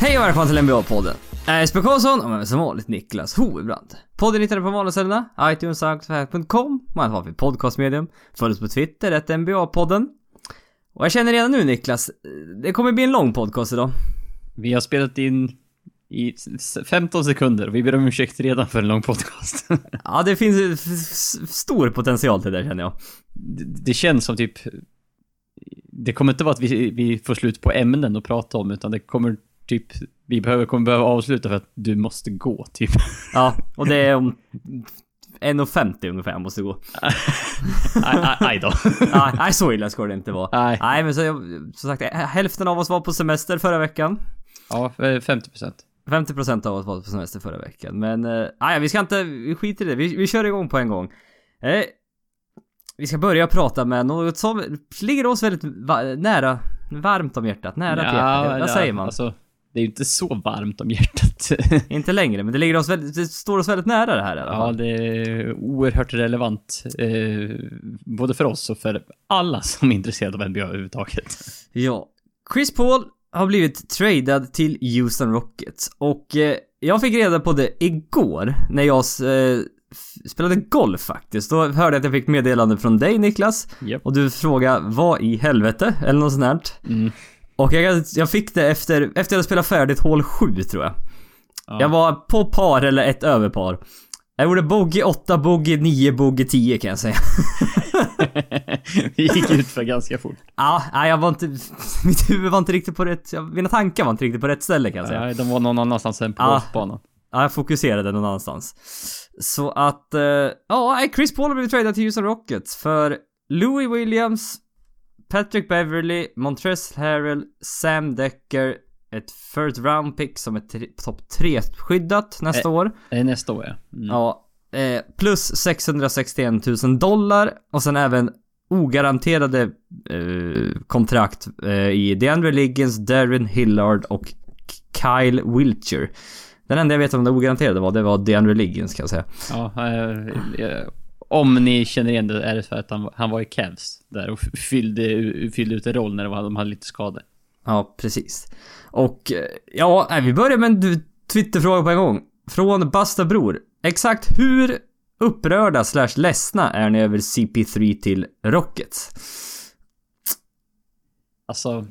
Hej och välkommen till NBA-podden. Jag är Jesper Karlsson och med som vanligt Niklas Hovebrand. Podden hittar du på vanliga ställena, iTunes, Soundcloud.com, man har för podcastmedium. Följ oss på Twitter, @NBA-podden. Och jag känner redan nu, Niklas, det kommer bli en lång podcast idag. Vi har spelat in i 15 sekunder och vi ber om ursäkt redan för en lång podcast. Ja, det finns stor potential till det, känner jag. Det känns som typ... Det kommer inte vara att vi får slut på ämnen att prata om, utan det kommer typ... kommer behöva avsluta för att du måste gå, typ. Ja, och det är om 1:50 ungefär jag måste gå. Nej då. Nej, så illa ska det inte vara. Nej, men så sagt, hälften av oss var på semester förra veckan. Ja, 50%. 50% av oss var på semester förra veckan. Men vi ska inte, vi skiter i det. Vi kör igång på en gång. Vi ska börja prata med något som ligger oss väldigt nära, varmt om hjärtat. Nära till hjärtat. Vad säger man? Alltså, det är ju inte så varmt om hjärtat. Inte längre, men det står oss väldigt nära det här. Ja, det är oerhört relevant. Både för oss och för alla som är intresserade av NBA överhuvudtaget. Ja, Chris Paul har blivit tradad till Houston Rockets. Och jag fick reda på det igår när jag spelade golf faktiskt. Då hörde jag att jag fick meddelande från dig, Niklas. Yep. Och du frågade, vad i helvete? Eller något sånt här. Och jag fick det efter att jag hade spelat färdigt hål 7, tror jag. Ja. Jag var på par eller ett överpar. Jag gjorde bogey 8, bogey 9, bogey 10 kan jag säga. Vi gick ut för ganska fort. Ja, jag var inte... Mitt huvud var inte riktigt på rätt... Mina tankar var inte riktigt på rätt ställe, kan jag säga. Nej, de var någon annanstans än på golfbanan. Ja, jag fokuserade någon annanstans. Så att... Chris Paul har blivit tradad till Houston Rockets för Louis Williams, Patrick Beverley, Montrezl Harrell, Sam Decker, ett first round pick som är topp 3 skyddat nästa år. Nästa år, ja. Ja, plus $661,000 och sen även ogaranterade kontrakt i DeAndre Liggins, Darren Hillard och Kyle Wiltshire. Den enda jag vet om det ogaranterade det var DeAndre Liggins, kan jag säga. Ja, om ni känner igen det är det för att han var i Cavs där och fyllde ut en roll när de hade lite skador. Ja, precis. Och vi börjar med en Twitterfråga på en gång. Från Basta Bror. Exakt hur upprörda / ledsna är ni över CP3 till Rockets? Alltså,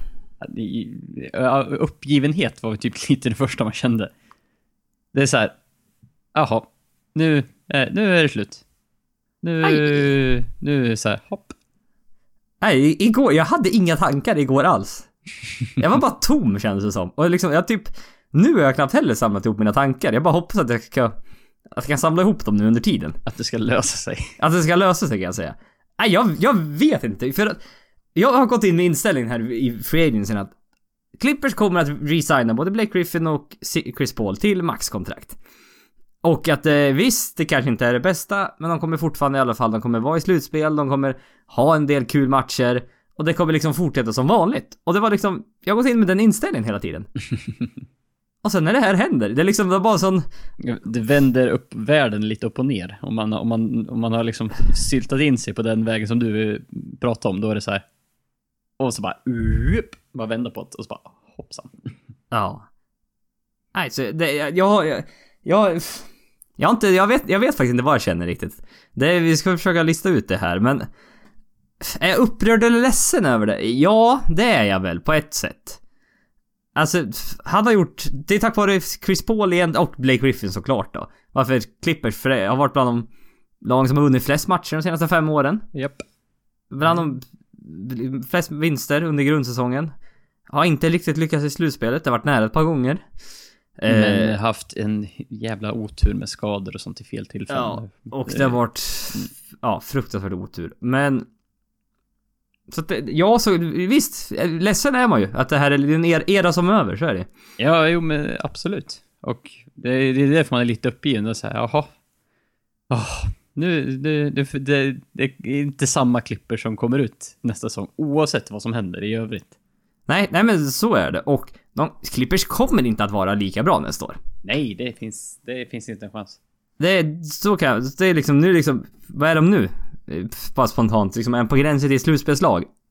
uppgivenhet var typ lite det första man kände. Det är så här, jaha, nu är det slut. Nu är det så här, hopp. Nej, igår, jag hade inga tankar igår alls. Jag var bara tom, kändes det som. Och liksom, nu har jag knappt heller samlat ihop mina tankar. Jag bara hoppas att jag kan samla ihop dem nu under tiden. Att det ska lösa sig. Att det ska lösa sig, kan jag säga. Nej, jag vet inte. För att jag har gått in med inställningen här i Free Agency att Clippers kommer att resigna både Blake Griffin och Chris Paul till maxkontrakt. Och att visst, det kanske inte är det bästa, men de kommer fortfarande i alla fall, de kommer vara i slutspel, de kommer ha en del kul matcher och det kommer liksom fortsätta som vanligt. Och det var liksom, jag har gått in med den inställningen hela tiden. Och sen när det här händer, det är liksom det är bara sån... Det vänder upp världen lite upp och ner. Om man har liksom syltat in sig på den vägen som du pratar om, då är det så här. Och så bara vända på det och så bara hoppsan. Ja. Nej, så det, jag vet faktiskt inte vad jag känner riktigt. Vi ska försöka lista ut det här, men är jag upprörd eller ledsen över det? Ja, det är jag väl på ett sätt. Alltså, han har gjort... Det är tack vare Chris Paul igen och Blake Griffin såklart då. Varför Clippers har varit bland de lag som har vunnit flest matcher de senaste 5 åren. Japp. Bland de flest vinster under grundsäsongen. Har inte riktigt lyckats i slutspelet. Det har varit nära ett par gånger. Men haft en jävla otur med skador och sånt i fel tillfällen. Ja, och det har varit fruktansvärt otur. Men så att, så visst, ledsen är man ju att det här är en era som är över, så är det. Ja, jo, men absolut. Och det är därför man är lite uppgiven och säger, jaha. Nu det är inte samma klipper som kommer ut nästa säsong, oavsett vad som händer i övrigt. Nej, men så är det. Och Clippers kommer inte att vara lika bra nästa år. Nej, det finns inte en chans. Det är liksom nu liksom, vad är de nu? Bara spontant liksom, en på gränsen till slutspelslag.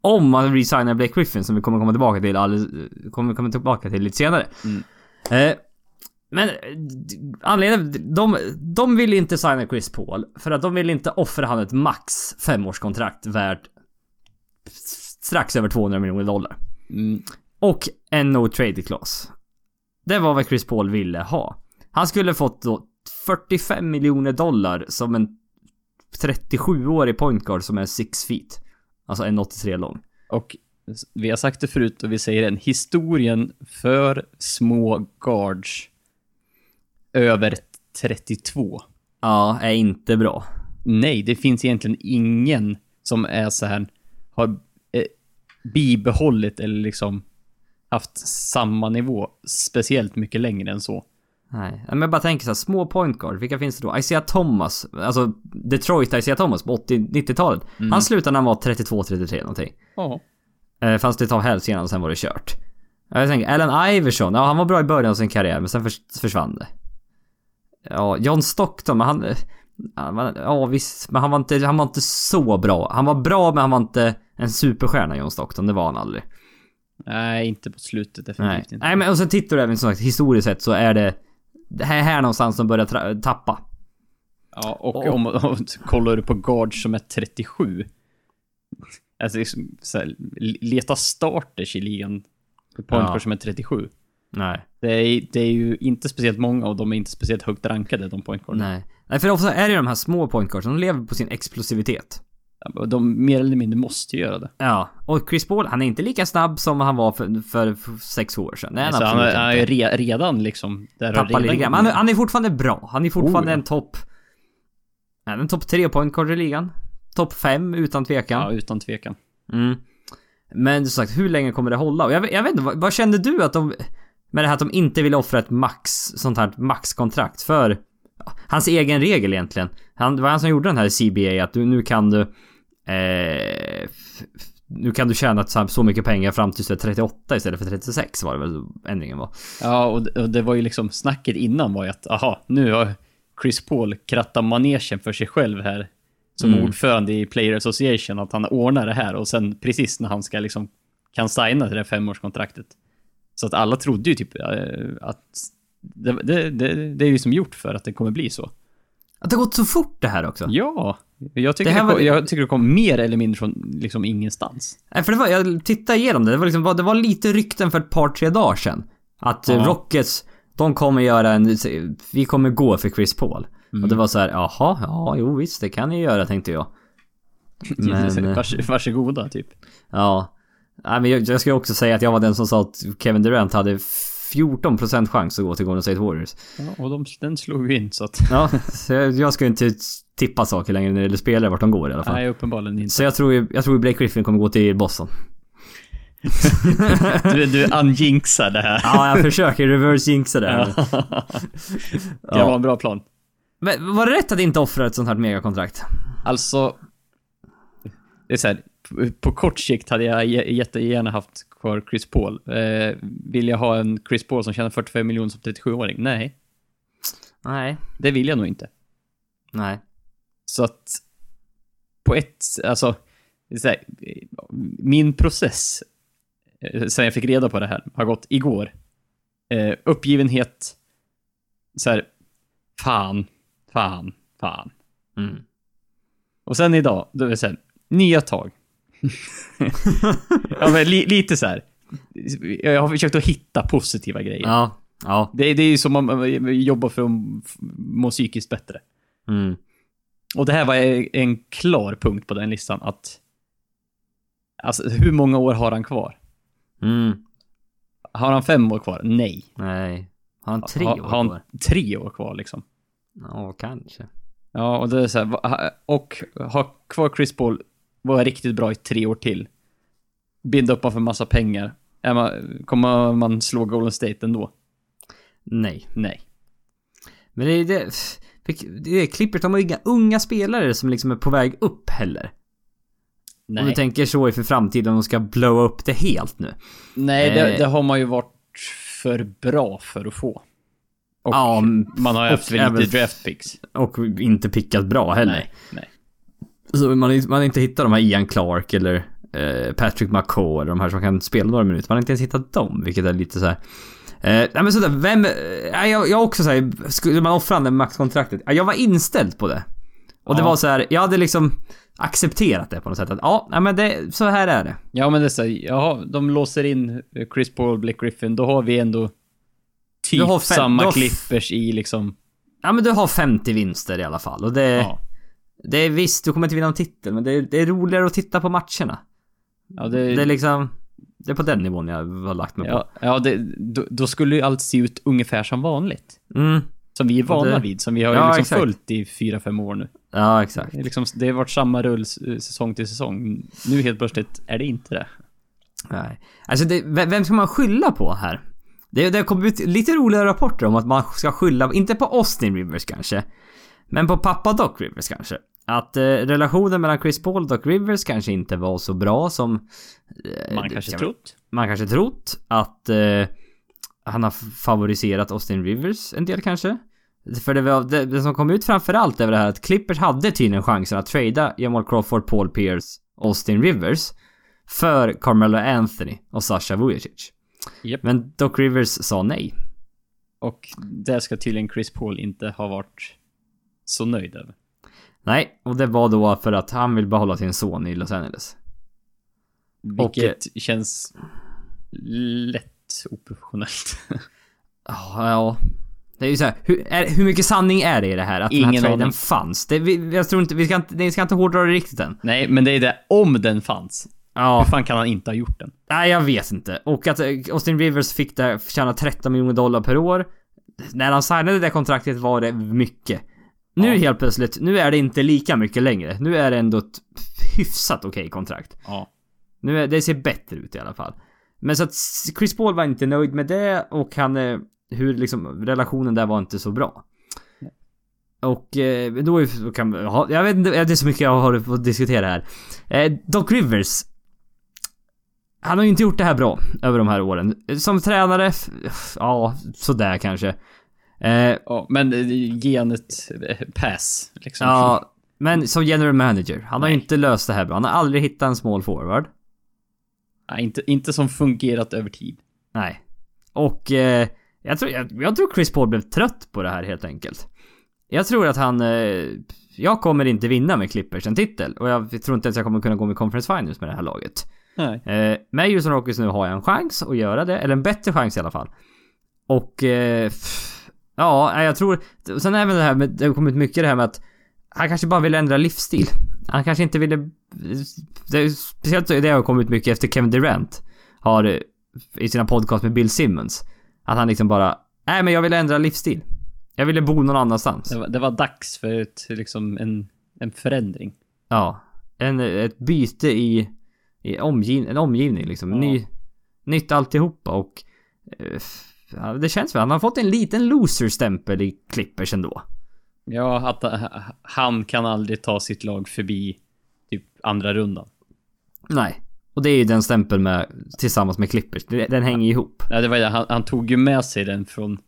om man resignar Blake Griffin, som vi kommer komma tillbaka till lite senare. Men anledningen, de vill inte signa Chris Paul för att de vill inte offra han ett max 5-årskontrakt värt strax över $200 miljoner. Och en no trade clause. Det var vad Chris Paul ville ha. Han skulle fått då $45 miljoner som en 37-årig point guard som är 6 feet. Alltså 1,83 lång. Och vi har sagt det förut och vi säger den. Historien för små guards över 32. Ja, är inte bra. Nej, det finns egentligen ingen som är så här har bibehållit eller liksom haft samma nivå speciellt mycket längre än så. Nej, men jag bara tänker så här, små point guard, vilka finns det då? Isaiah Thomas, alltså Detroit Isaiah Thomas på 80-90-talet. Han slutade när han var 32-33 någonting. Ja. Fast det tar helst innan och sen var det kört. Jag tänker, Allen Iverson, ja han var bra i början av sin karriär men sen försvann det. Ja, John Stockton, men visst, men han var inte så bra. Han var bra men han var inte en superstjärna, John Stockton, det var han aldrig. Nej, inte på slutet definitivt inte. Nej, men och så tittar du även som sagt historiskt sett så är det här någonstans som börjar tappa. Ja, och om kollar du på guards som är 37. Alltså så här, leta starters i ligan på point guard som är 37. Nej. Det är ju inte speciellt många och de är inte speciellt högt rankade, de point guards. Nej, för ofta är det de här små point guards som lever på sin explosivitet. De mer eller mindre måste göra det. Ja, och Chris Paul, han är inte lika snabb som han var för 6 år sedan. Nej, han är ju redan liksom där tappar lite grann. Men han är fortfarande bra. Han är fortfarande en topp 3 point guard i ligan. Topp 5 utan tvekan. Ja, utan tvekan. Men som sagt, hur länge kommer det hålla? Och jag vet inte, vad kände du att de med det här att de inte vill offra ett sånt här maxkontrakt för hans egen regel egentligen. Det var han som gjorde den här CBA att nu kan du tjäna så mycket pengar fram tills du är 38 istället för 36 var det väl ändringen var. Ja, och det var ju liksom snacket innan var ju att nu har Chris Paul krattat manegen för sig själv här som ordförande i Player Association, att han ordnar det här och sen precis när han ska liksom kan signa till det 5-årskontraktet. Så att alla trodde ju typ att det är ju som gjort för att det kommer bli så. Att det har gått så fort det här också. Ja, jag tycker det kom mer eller mindre från liksom ingenstans. Nej, för jag tittade igenom det. Det var lite rykten för ett par 3 dagar sedan. Att Rockets, de kommer göra vi kommer gå för Chris Paul. Och det var så här, jo visst, det kan ni göra, tänkte jag. Men varsågoda typ. Ja. Nej, men jag ska ju också säga att jag var den som sa att Kevin Durant hade 14% chans att gå till Golden State Warriors. Ja, och den slog ju in så att... Ja, så jag ska ju inte tippa saker längre när det gäller spelare vart de går i alla fall. Nej, uppenbarligen inte. Så jag tror Blake Griffin kommer gå till Boston. du unjinxar det här. Ja, jag försöker reverse jinxa det här. Det var en bra plan. Men var det rätt att inte offra ett sånt här megakontrakt? Alltså, det är så här, på kort sikt hade jag jättegärna haft kvar Chris Paul. Vill jag ha en Chris Paul som tjänar 45 miljoner som 37-åring? Nej. Det vill jag nog inte. Nej. Så att alltså så här, min process sen jag fick reda på det här har gått igår. Uppgivenhet, så här, fan. Och sen idag, då är det så här, nya tag. Ja, men lite så här. Jag har försökt att hitta positiva grejer. Ja. Det är ju som man jobbar för att må psykiskt bättre. Och det här var en klar punkt på den listan, att alltså, hur många år har han kvar? Har han 5 år kvar? Nej. Har han 3 år kvar? Har han 3 år kvar liksom? Ja, kanske. Ja, och det är så här, och ha kvar Chris Paul, var riktigt bra i 3 år till. Binda upp man för massa pengar. Kommer man slå Golden State ändå? Nej. Men det är Clippers, de har inga unga spelare som liksom är på väg upp heller. Nej. Om du tänker så för framtiden, de ska blowa upp det helt nu. Nej, det har man ju varit för bra för att få. Och man har haft lite draft picks. Och inte pickat bra heller. Nej. Så man inte hittar de här Ian Clark eller Patrick McCaw, de här som kan spela några minuter. Man har inte ens hittat dem, vilket är lite så här. Nej men sådär, jag också såhär, skulle man offra det maxkontraktet? Jag var inställd på det. Och det var så här, jag hade liksom accepterat det på något sätt att ja, men det, så här är det. Ja, men det är så här, ja, de låser in Chris Paul, Blake Griffin, då har vi ändå typ samma Clippers i liksom. Ja, men du har 50 vinster i alla fall. Och det är visst, du kommer inte vinna en titel, men det är roligare att titta på matcherna. Ja, det är liksom, det är på den nivån jag har lagt mig på. Ja, då skulle ju allt se ut ungefär som vanligt. Som vi är vana vid, som vi har ju liksom följt i 4-5 år nu. Ja, exakt. Det har varit samma rull säsong till säsong. Nu helt plötsligt är det inte det. Nej. Alltså, vem ska man skylla på här? Det har kommit ut lite roliga rapporter om att man ska skylla, inte på Austin Rivers kanske, men på pappa Doc Rivers kanske. Att relationen mellan Chris Paul och Doc Rivers kanske inte var så bra som man kanske trott. Att han har favoriserat Austin Rivers en del kanske. För det som kom ut framförallt är det här att Clippers hade tydligen chansen att trada Jamal Crawford, Paul Pierce, Austin Rivers för Carmelo Anthony och Sasha Vujacic. Yep. Men Doc Rivers sa nej. Och det ska tydligen Chris Paul inte ha varit så nöjd över. Nej, och det var då för att han vill behålla sin son i Los Angeles. Vilket känns lätt oprofessionellt. Ja. Det är ju så här, hur mycket sanning är det i det här att ingen den här traden fanns? Jag tror inte vi ska inte hårdra det riktigt än. Nej, men det är det om den fanns. Ja. Hur fan kan han inte ha gjort den? Nej, jag vet inte. Och att Austin Rivers fick tjäna $13 miljoner per år. När han signade det kontraktet var det mycket. Nu helt plötsligt, nu är det inte lika mycket längre. Nu är det ändå ett hyfsat okej kontrakt. Ja. Det ser bättre ut i alla fall. Men så att Chris Paul var inte nöjd med det. Och hur liksom relationen där var inte så bra. Och då kan jag vet inte, det är så mycket jag har fått diskutera här. Doc Rivers, han har ju inte gjort det här bra över de här åren. Som tränare, ja, sådär kanske. Men ge han ett pass liksom. Ja, men som general manager, han har ju inte löst det här bra. Han har aldrig hittat en small forward. Nej, inte som fungerat över tid. Nej. Och jag tror Chris Paul blev trött på det här helt enkelt. Jag tror att jag kommer inte vinna med Clippers en titel. Och jag tror inte att jag kommer kunna gå med Conference Finals med det här laget. Nej. Med Houston Rockets nu har jag en chans att göra det. Eller en bättre chans i alla fall. Och ja, jag tror. Sen även det här med, det har kommit mycket det här med att han kanske bara vill ändra livsstil. Han kanske inte ville. Speciellt det har kommit mycket efter Kevin Durant har i sina podcast med Bill Simmons. Att han liksom bara, nej men jag vill ändra livsstil. Jag ville bo någon annanstans. Det var dags för liksom en förändring. Ja, ett byte i en omgivning liksom. Ja. Nytt alltihopa. Och det känns väl, han har fått en liten loser-stämpel i Clippers ändå. Ja, att han kan aldrig ta sitt lag förbi typ andra rundan. Nej. Och det är ju den stämpeln med tillsammans med Clippers. Den hänger ihop. Ja, det var det. Han tog ju med sig den från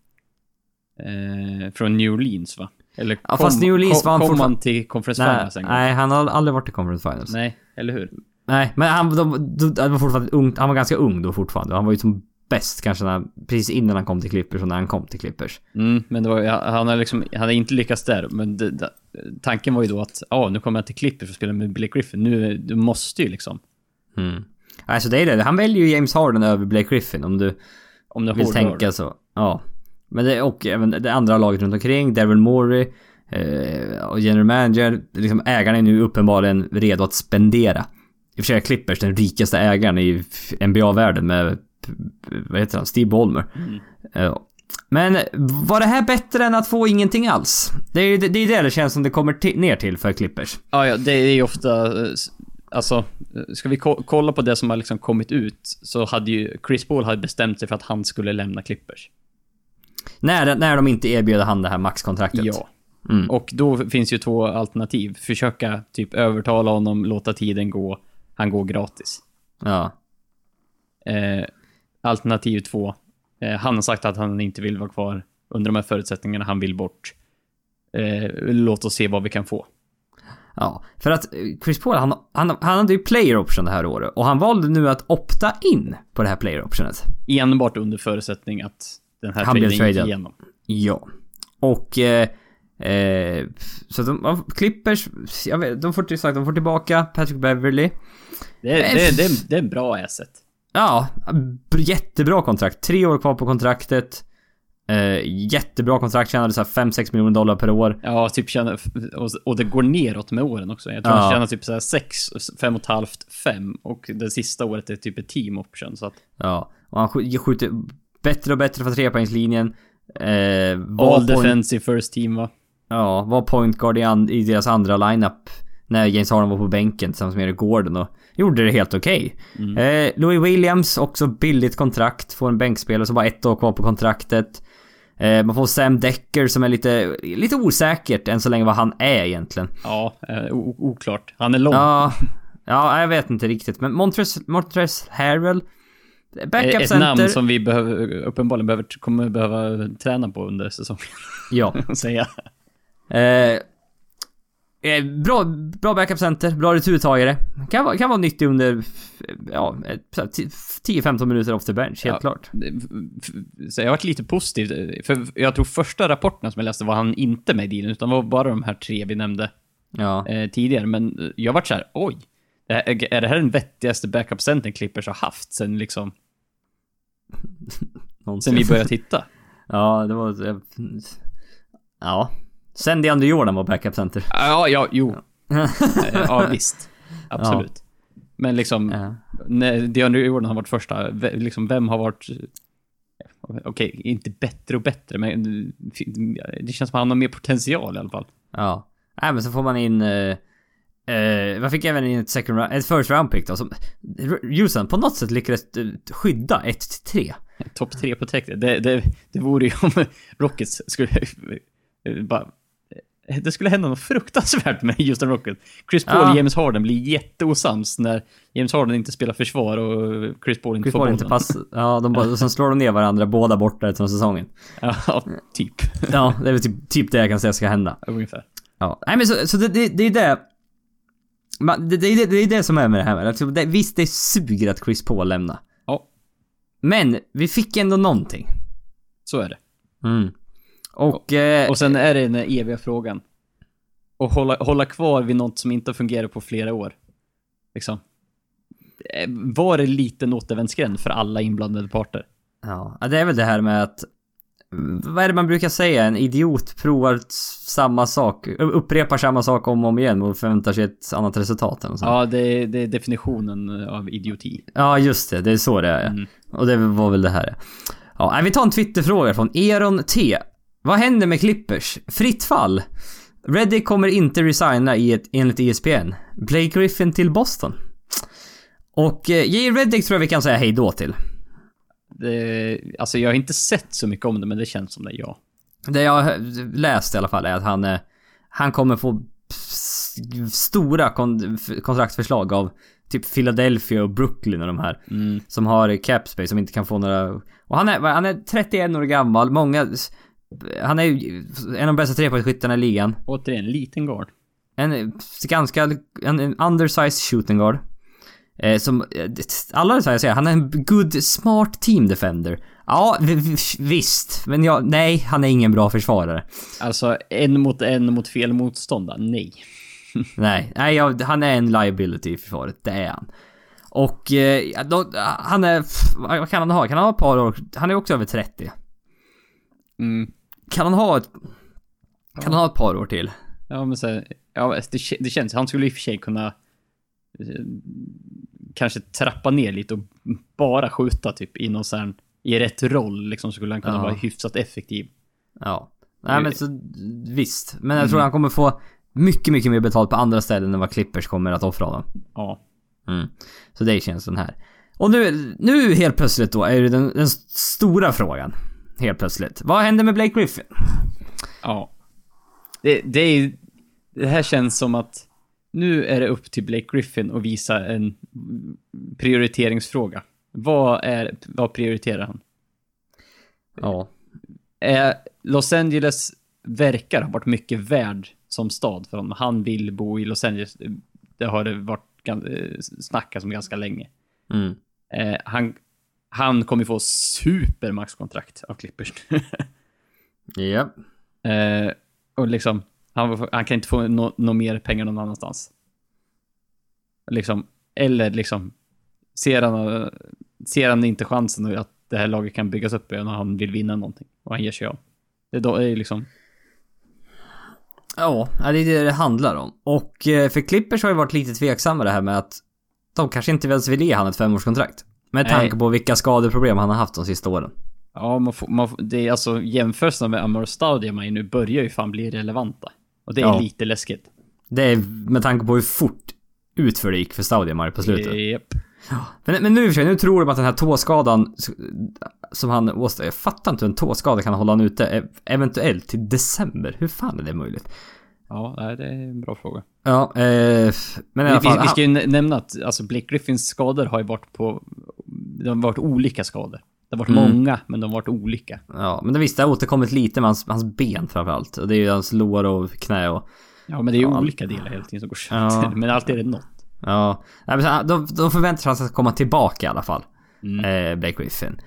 New Orleans, va? Eller fast New Orleans kom han till Conference Finals en gång? Nej, han har aldrig varit i Conference Finals. Nej, eller hur? Nej, men han var fortfarande ung. Han var ganska ung då fortfarande. Han var ju som bäst kanske precis innan han kom till Clippers och när han kom till Clippers. Men det var, han hade inte lyckats där. Men tanken var ju då att nu kommer jag till Clippers och spelar med Blake Griffin. Du måste ju liksom. Alltså det är det. Han väljer ju James Harden över Blake Griffin om du vill tänka så. Ja. Men det, och även det andra laget runt omkring, Daryl Morey och general manager, liksom ägarna är nu uppenbarligen redo att spendera. I och för sig är Clippers den rikaste ägaren i NBA-världen med, vad heter han, Steve Ballmer. Men var det här bättre än att få ingenting alls? Det är det känns som det kommer ner till för Clippers. Ja, det är ju ofta. Alltså, ska vi kolla på det som har liksom kommit ut, så hade ju Chris Paul hade bestämt sig för att han skulle lämna Clippers. När de inte erbjöd han det här maxkontraktet. Ja. Och då finns ju 2 alternativ. Försöka typ övertala honom, låta tiden gå. Han går gratis. Ja. Alternativ 2. Han har sagt att han inte vill vara kvar under de här förutsättningarna. Han vill bort. Låt oss se vad vi kan få. Ja, för att Chris Paul, han hade ju player option det här året. Och han valde nu att opta in på det här player optionet. Enbart under förutsättning att den här Han blev traden gick tradad. igenom. Ja. Och så Clippers, jag vet, de får tillbaka Patrick Beverley. Det är en bra asset. Ja, jättebra kontrakt. 3 år kvar på kontraktet. Jättebra kontrakt, tjänade så här $5-6 miljoner per år. Ja, typ och det går neråt med åren också. Jag tror han tjänar typ så här 6, 5,5 och det sista året är typ ett team option så att. Ja, och han skjuter bättre och bättre från 3-poängslinjen. All defensive first team, va? Ja, var point guard i deras andra lineup när James Harden var på bänken tillsammans med Eric Gordon och gjorde det helt okej. Louis Williams, också billigt kontrakt, får en bänkspelare så bara 1 år kvar på kontraktet. Man får Sam Decker som är lite osäkert än så länge vad han är egentligen. Ja, oklart. Han är lång. Ja, jag vet inte riktigt. Men Montrezl Harrell, backup ett center. namn som vi uppenbarligen kommer behöva träna på under säsongen. Ja. Säga. Bra backup center, bra returtagare. Kan vara nyttig under 10-15 minuter off the bench, helt klart. Så jag har varit lite positiv, för jag tror första rapporterna som jag läste var han inte med i dealen, utan var bara de här 3 vi nämnde tidigare. Men jag har varit så här: oj, är det här den vettigaste backup center Clippers har haft sen liksom sen vi började titta? Ja, det var sen DeAndre Jordan var backup center. Ja, visst. Absolut. Men liksom när DeAndre Jordan har varit första, liksom vem har varit okej, inte bättre och bättre, men det känns som att han har mer potential i alla fall. Ja. Nej, men så får man in man fick även in ett first round pick då, som Houston på något sätt lyckades skydda 1-3. Topp 3 protected. Det vore ju om Rockets skulle bara, det skulle hända något fruktansvärt med Houston Rockets. Chris Paul och James Harden blir jätteosams när James Harden inte spelar försvar och Chris Paul inte får bollen. Inte pass. Sen slår de ner varandra båda borta efter säsongen. Ja, typ. Ja, det är väl typ det jag kan säga ska hända. Ungefär. Ja, nej men så det är det. Det är det som är med det här. Alltså, visst, det suger att Chris Paul lämnar. Ja. Men vi fick ändå någonting. Så är det. Och sen är det den eviga frågan. Och hålla kvar vid något som inte fungerar på flera år. Liksom. Var det liten återvändsgränd för alla inblandade parter? Ja, det är väl det här med att, vad är det man brukar säga? En idiot provar samma sak, upprepar samma sak om och om igen och förväntar sig ett annat resultat. Ja, det är definitionen av idioti. Ja, just det. Det är så det är. Och det var väl det här. Ja, vi tar en Twitterfråga från Eron T. Vad händer med Clippers? Fritt fall. Reddick kommer inte resigna enligt ESPN. Blake Griffin till Boston. Och J. Reddick tror jag vi kan säga hej då till. Alltså jag har inte sett så mycket om det, men det känns som det, ja. Det jag har läst i alla fall är att han kommer få stora kontraktförslag av typ Philadelphia och Brooklyn och de här som har cap space, som inte kan få några. Och han är 31 år gammal. Han är en av de bästa trepoängsskyttarna i ligan. Återigen, liten guard. En undersized shooting guard. Som alla säger, han är en good smart team defender. Ja, visst. Men nej, han är ingen bra försvarare. Alltså, en mot fel motståndare, nej. nej, han är en liability i försvaret, det är han. Och han är, vad kan han ha? Kan han ha ett par år? Han är också över 30. Kan han ha ett par år till? Ja, men så, det känns, han skulle i och för sig kunna kanske trappa ner lite och bara skjuta typ i någon sån, i rätt roll liksom, skulle han kunna vara hyfsat effektiv. Ja. Nej, men så visst. Men jag tror han kommer få mycket, mycket mer betalt på andra ställen än vad Clippers kommer att offra dem. Ja. Så det känns den här. Och nu helt plötsligt då är det den stora frågan. Helt plötsligt. Vad händer med Blake Griffin? Ja. Det här känns som att nu är det upp till Blake Griffin att visa en prioriteringsfråga. Vad prioriterar han? Ja. Los Angeles verkar ha varit mycket värd som stad för honom. Han vill bo i Los Angeles. Det har det varit snackat om ganska länge. Han kommer få supermaxkontrakt av Clippers. Ja. Och liksom han kan inte få no mer pengar någon annanstans. Liksom, eller liksom ser han inte chansen att det här laget kan byggas upp när han vill vinna någonting och han ger sig av. Det då är liksom. Ja, det är det handlar om. Och för Clippers har ju varit lite tveksamma det här med att de kanske inte ens vill ge han ett 5-årskontrakt. Med tanke på vilka skadeproblem han har haft de sista åren. Ja, det är alltså jämförelsen med Amor Stadium nu börjar ju fan bli relevanta. Och det är lite läskigt. Det är med tanke på hur fort utför det gick för Stadium på slutet. Yep. Men nu tror de att den här tåskadan som han åstadkom, jag fattar inte hur en tåskada kan hålla han ute eventuellt till december. Hur fan är det möjligt? Ja, det är en bra fråga. Ja, men i alla fall, vi ska ju nämna att alltså Blake Griffins skador har ju de har varit olika skador. Det har varit många, men de har varit olika. Ja, men det visst, det har återkommit lite med hans ben framförallt. Och det är ju hans lår och knä och... Ja, men det är ju olika delar hela tiden som går sönder. Men alltid är det något. Ja, de förväntar sig att han ska komma tillbaka i alla fall. Blake Griffin.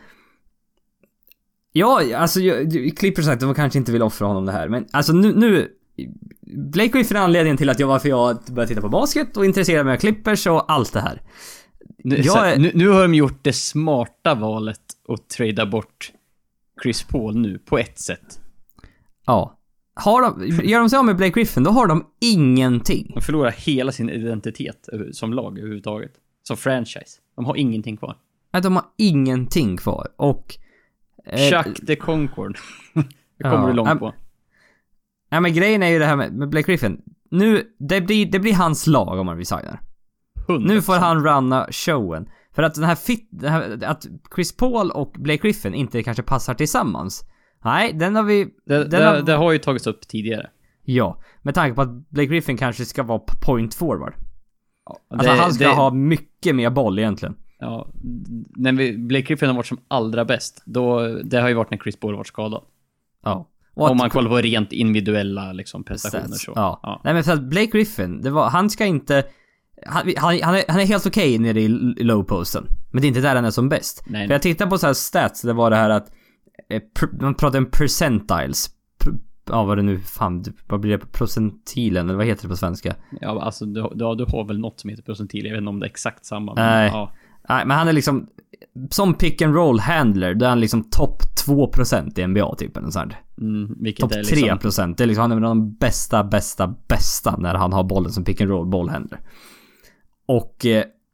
Ja, alltså Clippers sagt att de kanske inte vill offra honom det här. Men alltså nu Blake Griffin är anledningen till att varför jag började titta på basket och intresserade mig av Clippers och allt det här. Nu har de gjort det smarta valet att trada bort Chris Paul nu på ett sätt. Ja. Gör de sig av med Blake Griffin, då har de ingenting. De förlorar hela sin identitet som lag överhuvudtaget. Som franchise. De har ingenting kvar. Nej, de har ingenting kvar. Och Chuck the Concord. Det kommer du långt på. Ja, men grejen är ju det här med Blake Griffin. Nu, det blir hans lag om man resignar. 100%. Nu får han runna showen. För att att Chris Paul och Blake Griffin inte kanske passar tillsammans. Nej, den har vi... Det har ju tagits upp tidigare. Ja, med tanke på att Blake Griffin kanske ska vara point forward. Ja, alltså han ska ha mycket mer boll egentligen. Ja, när Blake Griffin har varit som allra bäst, det har ju varit när Chris Paul har varit skadad. Ja. Om man kollar på rent individuella liksom, prestationer så. Ja. Nej, men för att Blake Griffin, han ska inte... Han är helt okej nere i low posten. Men det är inte där han är som bäst. Nej. För jag tittar på så här stats, det var det här att man pratar om percentiles. Vad det nu fan, vad blir det, procentilen eller vad heter det på svenska? Ja, alltså du har väl något som heter procentil. Jag vet inte om det är exakt samma. Nej, men han är liksom som pick and roll handler, då är han liksom topp 2% i NBA typ eller sånt. Topp 3%. Det är liksom han är en av de bästa när han har bollen som pick and roll bollhandler. Och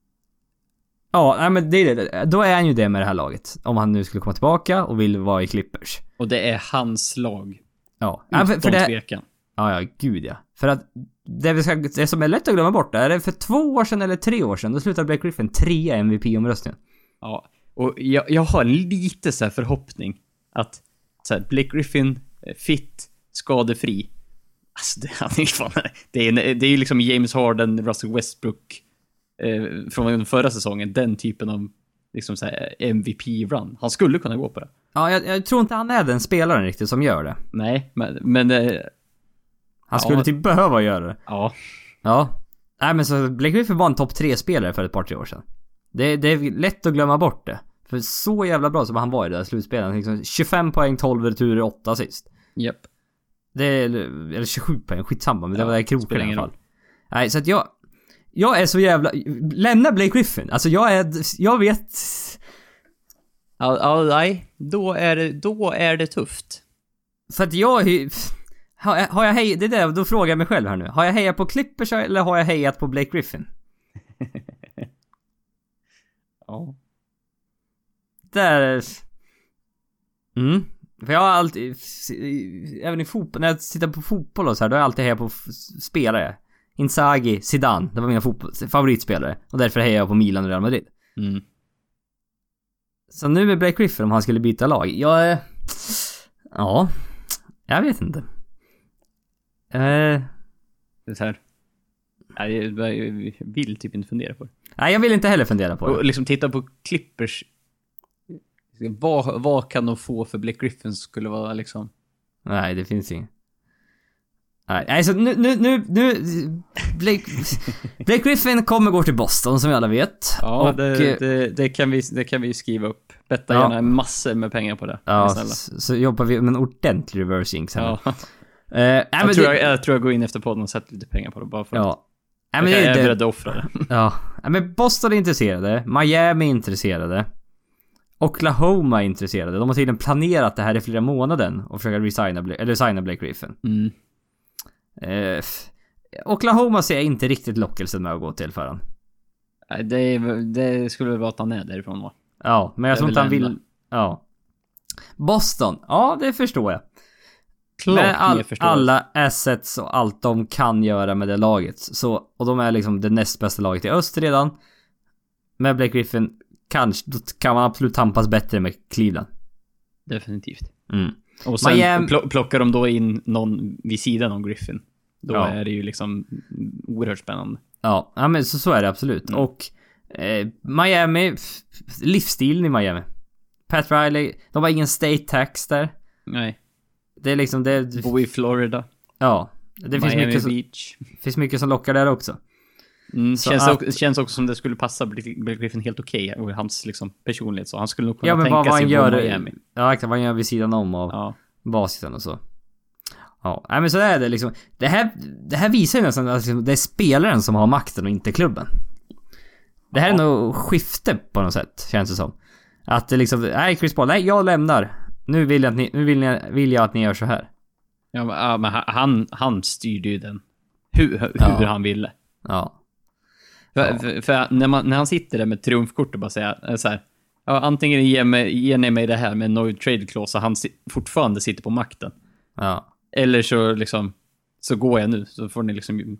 men då är han ju det med det här laget. Om han nu skulle komma tillbaka och vill vara i Clippers. Och det är hans lag. Ja, för det tvekan. Ja, gud ja. För att det som är lätt att glömma bort, är det för 2 år sedan eller 3 år sedan då slutade Blake Griffin 3 MVP-omröstningen. Ja, och jag har en lite så här förhoppning att så här, Blake Griffin fit, skadefri. Alltså det är ju liksom James Harden, Russell Westbrook från förra säsongen, den typen av liksom så här MVP-run. Han skulle kunna gå på det. Ja, jag tror inte han är den spelaren riktigt som gör det. Nej, men han skulle typ behöva göra det. Ja. Nej, men så Blake Griffin var en topp 3-spelare för ett par 3 år sedan. Det är lätt att glömma bort det. För så jävla bra som han var i det där slutspelet. Liksom 25 poäng, 12 returer, 8 assist. Japp. Eller 27 poäng, skitsamma. Men det var där kroken i alla fall. Nej, så att jag är så jävla... Lämna Blake Griffin. Alltså jag vet... Nej. Då är det tufft. För att har jag hejat... Det är det, då frågar jag mig själv här nu. Har jag hejat på Clippers eller har jag hejat på Blake Griffin? Ja. Där... För jag har alltid... Även i fotboll... När jag tittar på fotboll och så här, då är jag alltid hejat på spelare. Inzaghi, Zidane. Det var mina favoritspelare. Och därför hejar jag på Milan och Real Madrid. Så nu med Blake Griffin, om han skulle byta lag. Ja, jag vet inte. Det är så här. Jag vill typ inte fundera på det. Nej, jag vill inte heller fundera på det. Och liksom titta på Clippers. Vad kan de få för Blake Griffin skulle vara liksom... Nej, det finns inget. Nej, så nu Blake Griffin kommer gå till Boston som vi alla vet. Ja, och, det kan vi skriva upp. Betta gärna massor med pengar på det. Ja, så jobbar vi med en ordentlig reversing sen. Ja. Jag tror jag går in efter podden och sätter lite pengar på det bara för att jag är beredd att offra det. Ja, men Boston är intresserade, Miami är intresserade, Oklahoma är intresserade. De har tydligen planerat det här i flera månader och försöka signa Blake Griffin. Oklahoma ser jag inte riktigt lockelsen med att gå till för han. Det skulle väl vara att han är därifrån, va? Ja, men jag tror inte han vill. Ja. Boston, ja, det förstår jag. Med alla assets och allt de kan göra med det laget. Så, och de är liksom det näst bästa laget i öst redan. Med Blake Griffin då kan man absolut tampas bättre med Cleveland. Definitivt. Och sen plockar de då in någon vid sidan av Griffin. Då är det ju liksom oerhört spännande. Ja, men så är det absolut. Och Miami, livsstilen i Miami. Pat Riley, de har ingen state tax där. Nej. Det är liksom det. Bo i Florida. Ja, det finns mycket som lockar där också. Känns också som det skulle passa Blake Griffin helt okej och hans liksom personlighet, så han skulle nog kunna tänka sig på Miami. Ja, exakt, vad han gör vid sidan om av basisen och så. Ja, men så är det liksom. Det här visar ju nästan att det är spelaren som har makten och inte klubben. Det här är nog skifte på något sätt, känns det som. Att det liksom, Chris Paul, jag lämnar. Nu vill jag att ni gör så här. Ja, men han styrde ju den. Hur han ville. Ja. För när han sitter där med triumfkort och bara säger så här, antingen ger ni mig det här med no trade clause så han fortfarande sitter på makten. Ja. Eller så liksom så går jag nu, så får ni liksom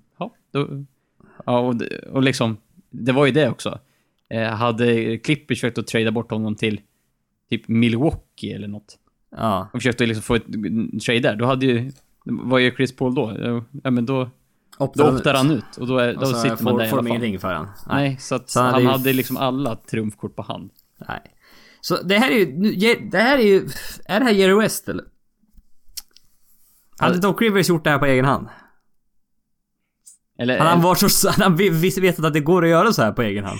och liksom det var ju det också. Hade Clippers försökt att trada bort honom till typ Milwaukee eller något. Ja. Och försökte liksom få ett trade där. Då vad gör Chris Paul då? Ja, men då optar han ut. Och då sitter man där i alla fall. Ingenting för han. Nej, så han hade liksom alla trumfkort på hand. Nej. Så det här är ju är det här Jerry West eller? Hade Doc Rivers gjort det här på egen hand? Eller han vetat att det går att göra så här på egen hand.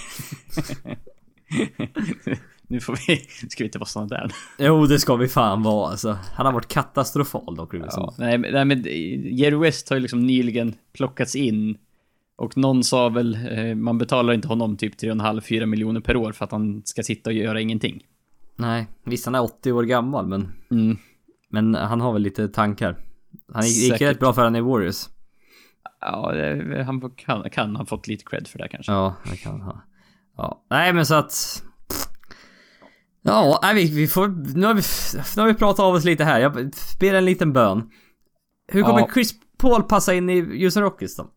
Nu ska vi inte vara såna där. Jo, det ska vi fan vara alltså. Han har varit katastrofal Doc Rivers. Ja, nej, men Jerry West har ju liksom nyligen plockats in. Och någon sa väl man betalar inte honom typ 3,5-4 miljoner per år för att han ska sitta och göra ingenting. Nej, visst han är 80 år gammal men han har väl lite tankar. Han gick rätt bra för han i Warriors. Ja, han kan ha fått lite cred för det kanske. Ja, det kan ha. Ja, nej men så att ja, vi får nu har vi pratat av oss lite här. Jag ber en liten bön. Hur kommer Chris Paul passa in i Houston Rockets då?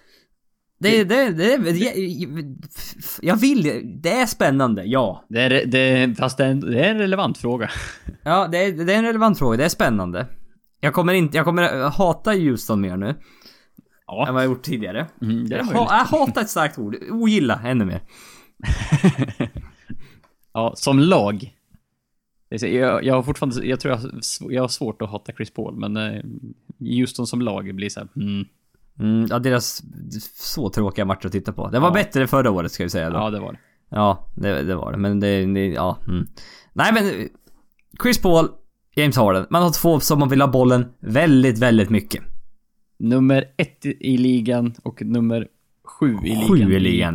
Jag vill det är spännande. Ja. Fast det är en relevant fråga. Ja, det är en relevant fråga. Det är spännande. Jag kommer hata Houston mer nu än vad jag gjort tidigare. Jag hatar ett starkt ord. Ogilla ännu mer. Ja, som lag. Jag har fortfarande, jag tror jag har svårt att hata Chris Paul, men Houston som lag blir så här. Ja, deras så tråkiga matcher att titta på. Det var bättre förra året ska vi säga då. Ja, det var det. Ja, det var det. Men Nej, men Chris Paul, James Harden. Man har två som man vill ha bollen väldigt, väldigt mycket. Nummer 1 i ligan och nummer 7 i ligan. 7 i ligan,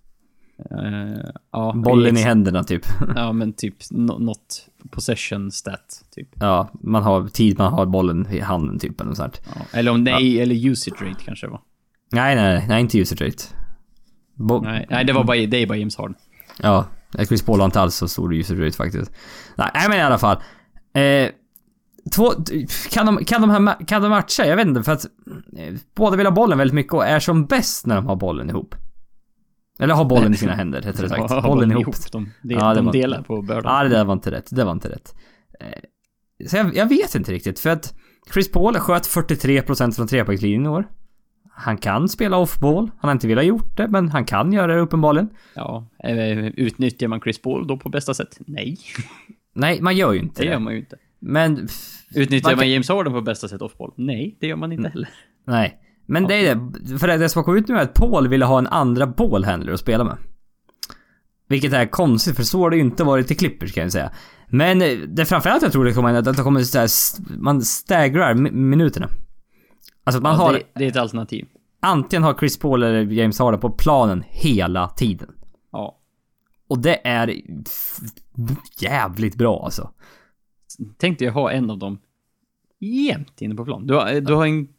ja. Bollen i händerna typ. Ja, men typ något possession stat typ. Ja, man har bollen i handen typ eller något sånt. Ja. Eller usage rate kanske va. Nej, inte usage rate. Nej, det är bara James Harden. Ja, Chris Paul har inte alls så stor usage rate faktiskt. Nej, men i alla fall. Kan de matcha? Jag vet inte, för att båda vill ha bollen väldigt mycket och är som bäst när de har bollen ihop. Eller har bollen i sina händer, heter det sagt. Bollen ihop. De delar på bördan. Ja, det var inte rätt. Så jag vet inte riktigt, för att Chris Paul sköt 43% från trepoängslinjen i år. Han kan spela off-ball. Han har inte velat gjort det, men han kan göra det uppenbarligen. Ja, utnyttjar man Chris Paul då på bästa sätt? Nej. Nej, man gör ju inte det. Det gör man ju inte. Men Utnyttjar man James Harden på bästa sätt off-ball? Nej, det gör man inte heller. Nej. Men det är det. För det som har kommit ut nu är att Paul ville ha en andra ballhandler att spela med. Vilket är konstigt, för så har det ju inte varit till Clippers kan jag säga. Men det framförallt jag tror det kommer att det kommer så här, man stagrar minuterna. Alltså att man har... Det är ett alternativ. Antingen har Chris Paul eller James Harden på planen hela tiden. Ja. Och det är jävligt bra alltså. Tänkte jag ha en av dem jämt inne på plan. Du har en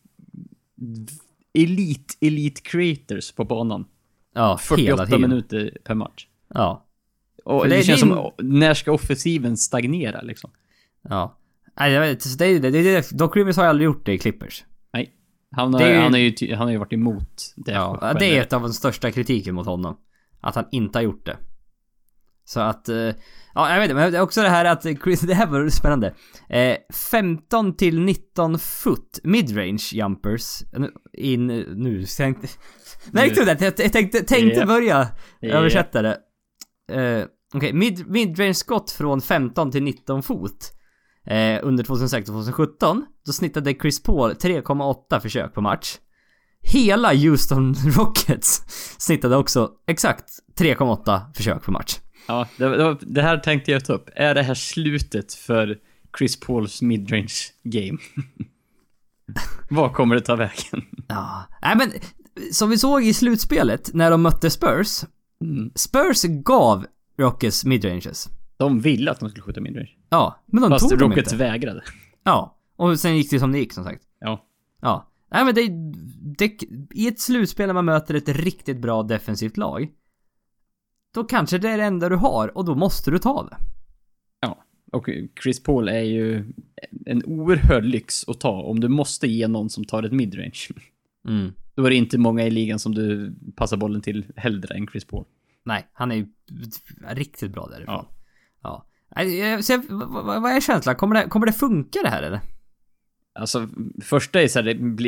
elite creators på banan. Ja, 48 minuter per match. Ja. Och det känns som, när ska offensiven stagnera liksom? Ja. Nej, jag vet, det Doc Rivers har aldrig gjort det i Clippers. Nej. Han har ju varit emot det. Ja, det är ett av de största kritiken mot honom. Att han inte har gjort det. Så att... Ja, jag vet inte, men också det här att... Det här var spännande. 15 till 19 foot midrange jumpers. In nu. Jag tänkte börja översätta det. Okej, midrange skott från 15 till 19 fot. Under 2016-2017. Då snittade Chris Paul 3,8 försök på match. Hela Houston Rockets snittade också exakt 3,8 försök på match. Ja, det här tänkte jag ta upp. Är det här slutet för Chris Pauls midrange game? Vad kommer det ta vägen? Ja, nej men som vi såg i slutspelet när de mötte Spurs. Spurs gav Rockets midranges. De ville att de skulle skjuta midrange. Ja, men de fast tog dem Rockets inte. vägrade. Ja, och sen gick det som det gick som sagt. Ja. Nej men det i ett slutspel när man möter ett riktigt bra defensivt lag, då kanske det är det enda du har och då måste du ta det. Ja, och Chris Paul är ju en oerhörd lyx att ta om du måste ge någon som tar ett midrange. Då är det inte många i ligan som du passar bollen till hellre än Chris Paul. Nej, han är ju riktigt bra därifrån. Ja. Så, vad är känslan? Kommer det funka det här eller? Alltså, första är så här,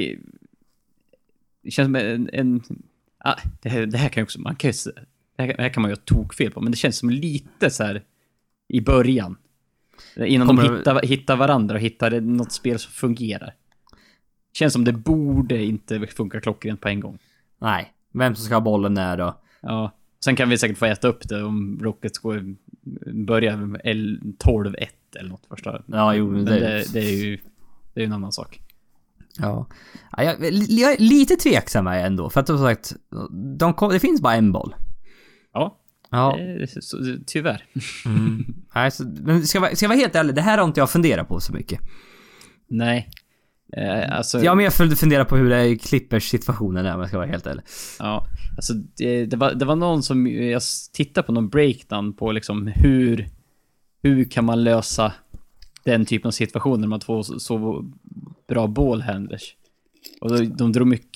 det känns som det här kan ju också, det här kan man ju ha tokfel på, men det känns som lite så här i början. Innan de hittar varandra och hittar något spel som fungerar. Känns som det borde inte funka klockrent på en gång. Nej, vem som ska ha bollen när då? Ja, sen kan vi säkert få äta upp det om Rockets börjar 12-1 eller något första. Ja, jo, men det är ju en annan sak. Ja. Jag är lite tveksam här ändå. För att som sagt, det finns bara en boll. Ja. Tyvärr. Alltså, men ska jag vara helt ärlig, det här har inte jag funderat på så mycket. Nej. Alltså... Ja, men jag funderar på hur det är i Clippers situationen är, om jag ska vara helt ärlig. Ja, alltså det var någon som... Jag tittade på någon breakdown på liksom hur kan man lösa den typen av situationer när man får så bra ballhandlers. Och de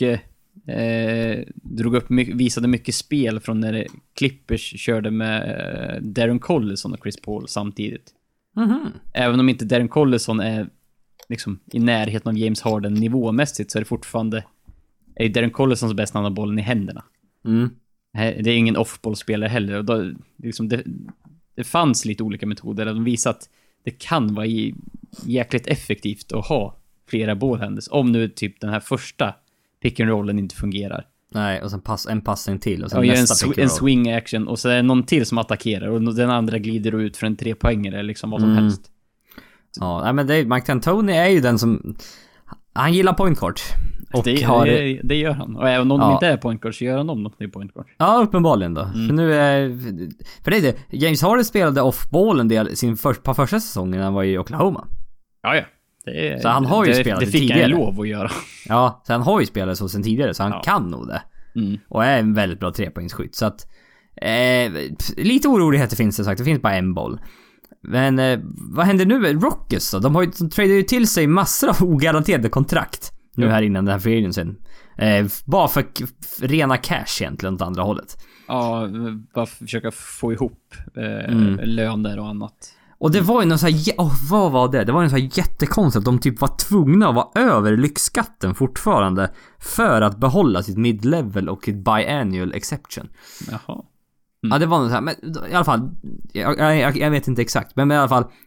visade mycket spel från när Clippers körde med Darren Collison och Chris Paul samtidigt. Även om inte Darren Collison är liksom i närheten av James Harden nivåmässigt, så är det fortfarande Darren Collisons bäst när han har bollen i händerna. Det är ingen off-ball-spelare heller. Och då, liksom det fanns lite olika metoder där de visar att det kan vara jäkligt effektivt att ha flera ballhanders. Om nu typ den här första pick-and-rollen inte fungerar. Nej, och sen en passning till. Och sen nästa en swing action. Och så är det någon till som attackerar. Och den andra glider ut för en 3-poängare. Liksom vad som helst. Ja, nej, men Mike D'Antoni är ju den som... Han gillar point guard. Och det gör han. Och även om de inte är point guard så gör han om dem till point guard. Ja, uppenbarligen då. För nu är... För det är det. James Harden spelade off-ball en del på första säsongen när han var i Oklahoma. Ja. Så han har ju spelat det tidigare. Det fick han lov att göra. Ja, så han har ju spelat så sen tidigare. Så han kan nog det. Och är en väldigt bra trepoängsskytt. Så att... lite oroligheter finns det sagt. Det finns bara en boll. Men vad händer nu med Rockets då? De tradar ju till sig massor av ogaranterade kontrakt nu här innan den här free agency. Bara för rena cash egentligen åt andra hållet. Ja, bara försöka få ihop löner och annat. Och det var ju någon så här, vad var det? Det var en så här jättekonstigt. De typ var tvungna att vara över lyxskatten fortfarande för att behålla sitt mid-level och ett biannual exception. Jaha. Ja, det var något så här, men i alla fall jag vet inte exakt, men i alla fall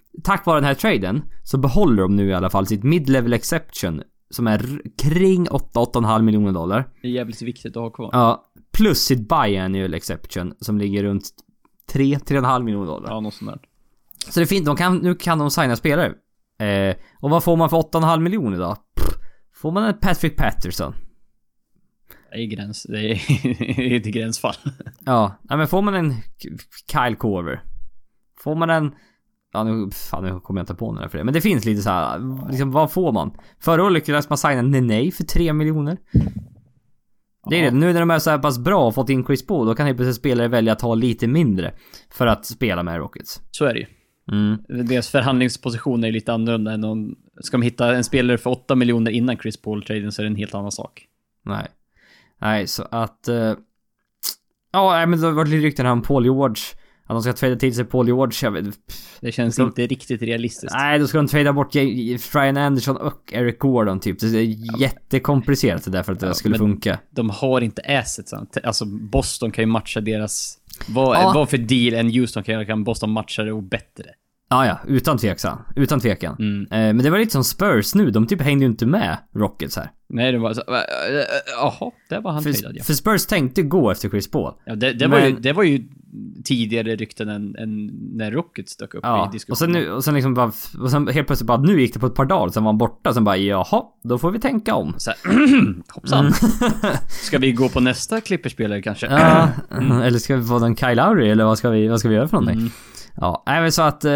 tack vare den här traden så behåller de nu i alla fall sitt mid-level exception som är kring 8,5 miljoner dollar. Det är jävligt viktigt att ha kvar. Ja, plus sitt biannual exception som ligger runt 3,5 miljoner dollar. Ja, något sånt där. Så det är fint, nu kan de signa spelare. Och vad får man för 8,5 miljoner då? Får man en Patrick Patterson? Det är ett gränsfall. Ja, men får man en Kyle Korver? Får man en... Ja, nu kommer jag inte på några för det. Men det finns lite så här, liksom, vad får man? Förra året lyckades man signa Nene för 3 miljoner. Det är det. Nu när de är så här pass bra och fått in Chris Paul, då kan helt plötsligt spelare välja att ta lite mindre för att spela med Rockets. Så är det ju. Deras förhandlingsposition är lite annorlunda än om... Ska de hitta en spelare för 8 miljoner innan Chris Paul-traden så är det en helt annan sak. Nej, så att... Ja, men det har varit lite rykten här om Paul George. Att de ska trada till sig Paul George. Det känns inte riktigt realistiskt. Nej, då ska de trada bort Ryan Anderson och Eric Gordon typ. Det är jättekomplicerat det där för att det skulle funka. De har inte assets. Alltså Boston kan ju matcha deras... Vad för deal än Houston kan Boston matcha det och bättre. Ja, utan tvekan. Men det var lite som Spurs nu. De typ hängde ju inte med Rockets här. Nej, det var så... Jaha, det var han tradad, ja. För Spurs tänkte gå efter Chris Paul. Ja, det var ju tidigare rykten än när Rockets dök upp i diskussionen. Och sen helt plötsligt bara, nu gick det på ett par dagar, sen var han borta, sen bara, jaha, då får vi tänka om. Så här, hoppsan. Ska vi gå på nästa Clipperspelare kanske? Ja, eller ska vi få den Kyle Lowry, eller vad ska vi göra för någonting? Ja, men så att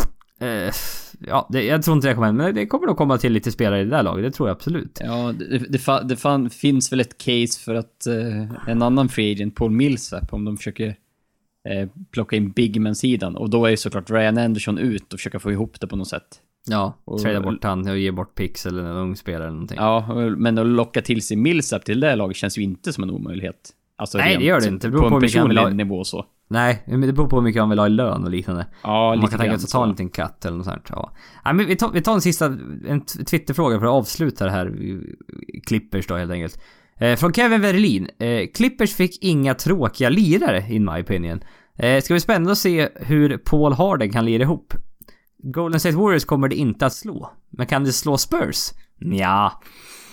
jag tror inte det kommer hända, men det kommer nog komma till lite spelare i det där laget, det tror jag absolut. Ja, det finns väl ett case för att en annan free agent, Paul Millsap, om de försöker plocka in bigman-sidan, och då är ju såklart Ryan Anderson ut och försöka få ihop det på något sätt. Ja, trada bort han och ge bort picks eller en ung spelare eller någonting. Ja, men att locka till sig Millsap till det här laget känns ju inte som en omöjlighet. Alltså, nej, det gör det inte. Det beror på en personlig nivå och så. Nej, men det beror på hur mycket han vill ha i lön och liknande. Ja, man kan tänka sig att ta en liten cut eller något sånt. Ja. Nej, men vi tar en Twitterfråga för att avsluta det här Clippers då helt enkelt. Från Kevin Verlin. Clippers fick inga tråkiga lirare in my opinion. Ska vi spännande att se hur Paul Harden kan lira ihop. Golden State Warriors kommer det inte att slå. Men kan det slå Spurs? Ja.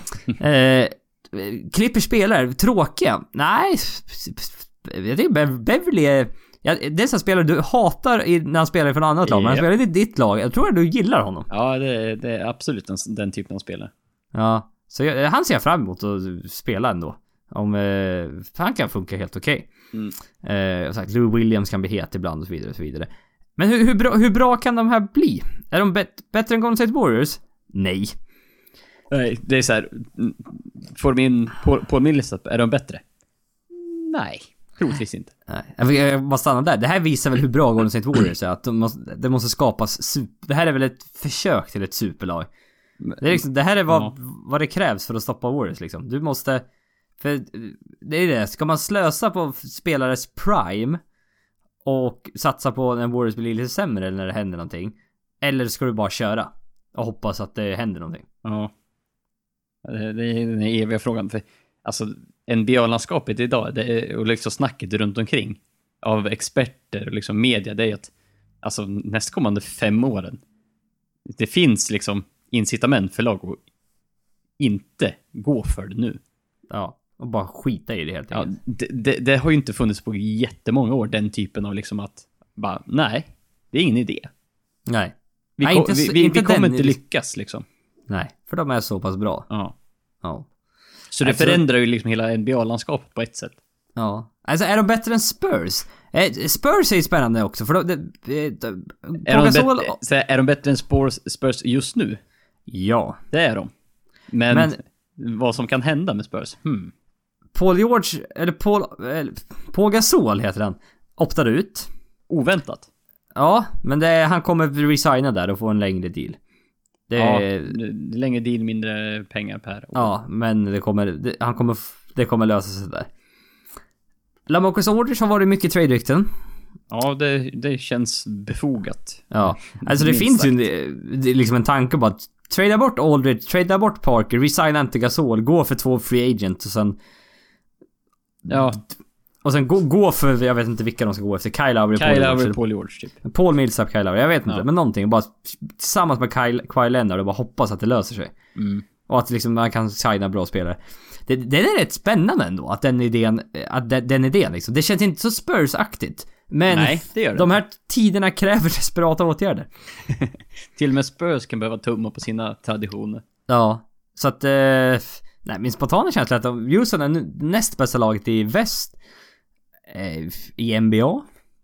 Clippers spelar tråkiga. Nej, det är Beverly. Dessa spelare du hatar när han spelar för något annat lag, men han spelar i ditt lag. Jag tror att du gillar honom. Ja, det är absolut den typen av spelare. Ja, så han ser fram emot att spela ändå. Om han kan funka helt okej. Sagt, Lou Williams kan bli het ibland och så vidare och så vidare. Men hur bra kan de här bli? Är de bättre än Golden State Warriors? Nej. Nej, det är så här, får de in på Millsap, är de bättre? Nej, troligtvis inte. Nej, jag måste stanna där. Det här visar väl hur bra Golden State Warriors är, att det måste skapas det här är väl ett försök till ett superlag. Det är liksom, det här är vad det krävs för att stoppa Warriors liksom. Du måste, för det är det, ska man slösa på spelares prime och satsa på när Warriors blir lite sämre eller när det händer någonting, eller ska du bara köra och hoppas att det händer någonting? Ja. Det är den eviga frågan, för alltså NBA-landskapet idag, det är, och liksom snacket runt omkring av experter och liksom media, det är att alltså nästkommande 5 åren det finns liksom incitament för lag att inte gå för det nu. Ja, och bara skita i det helt enkelt. Ja, det har ju inte funnits på jättemånga år, den typen av liksom att bara, nej, det är ingen idé. Nej. Vi kommer inte lyckas liksom. Nej, för de är så pass bra. Ja. Så det förändrar ju liksom hela NBA-landskapet på ett sätt. Ja. Alltså är de bättre än Spurs? Spurs är ju spännande också, för är de bättre än Spurs just nu? Ja. Det är de. Men vad som kan hända med Spurs? Paul George, eller Paul Gasol heter han, optade ut. Oväntat. Ja, men han kommer resigna där och få en längre deal. Längre deal, mindre pengar per år. Ja, men det kommer lösa sig där. LaMarcus Aldridge har varit mycket trade-rykten. Ja, det känns befogat. Ja, alltså det finns ju liksom en tanke på att trada bort Aldridge, trada bort Parker, resigna inte Gasol, gå för 2 free agent och sen Och sen gå för, jag vet inte vilka de ska gå efter. Kyle Lowry, Paul George typ. Paul Millsap, Kyle Lowry, jag vet inte. Men någonting, bara tillsammans med Kyle Leonard och bara hoppas att det löser sig. Och att liksom man kan signa bra spelare. Det är rätt spännande ändå, att den idén liksom. Det känns inte så Spurs-aktigt. Men nej, det gör det. De här tiderna kräver desperata åtgärder. Till och med Spurs kan behöva tumma på sina traditioner. Ja, så att nej, min spontana känsla är att Houston är näst bästa laget i väst i NBA.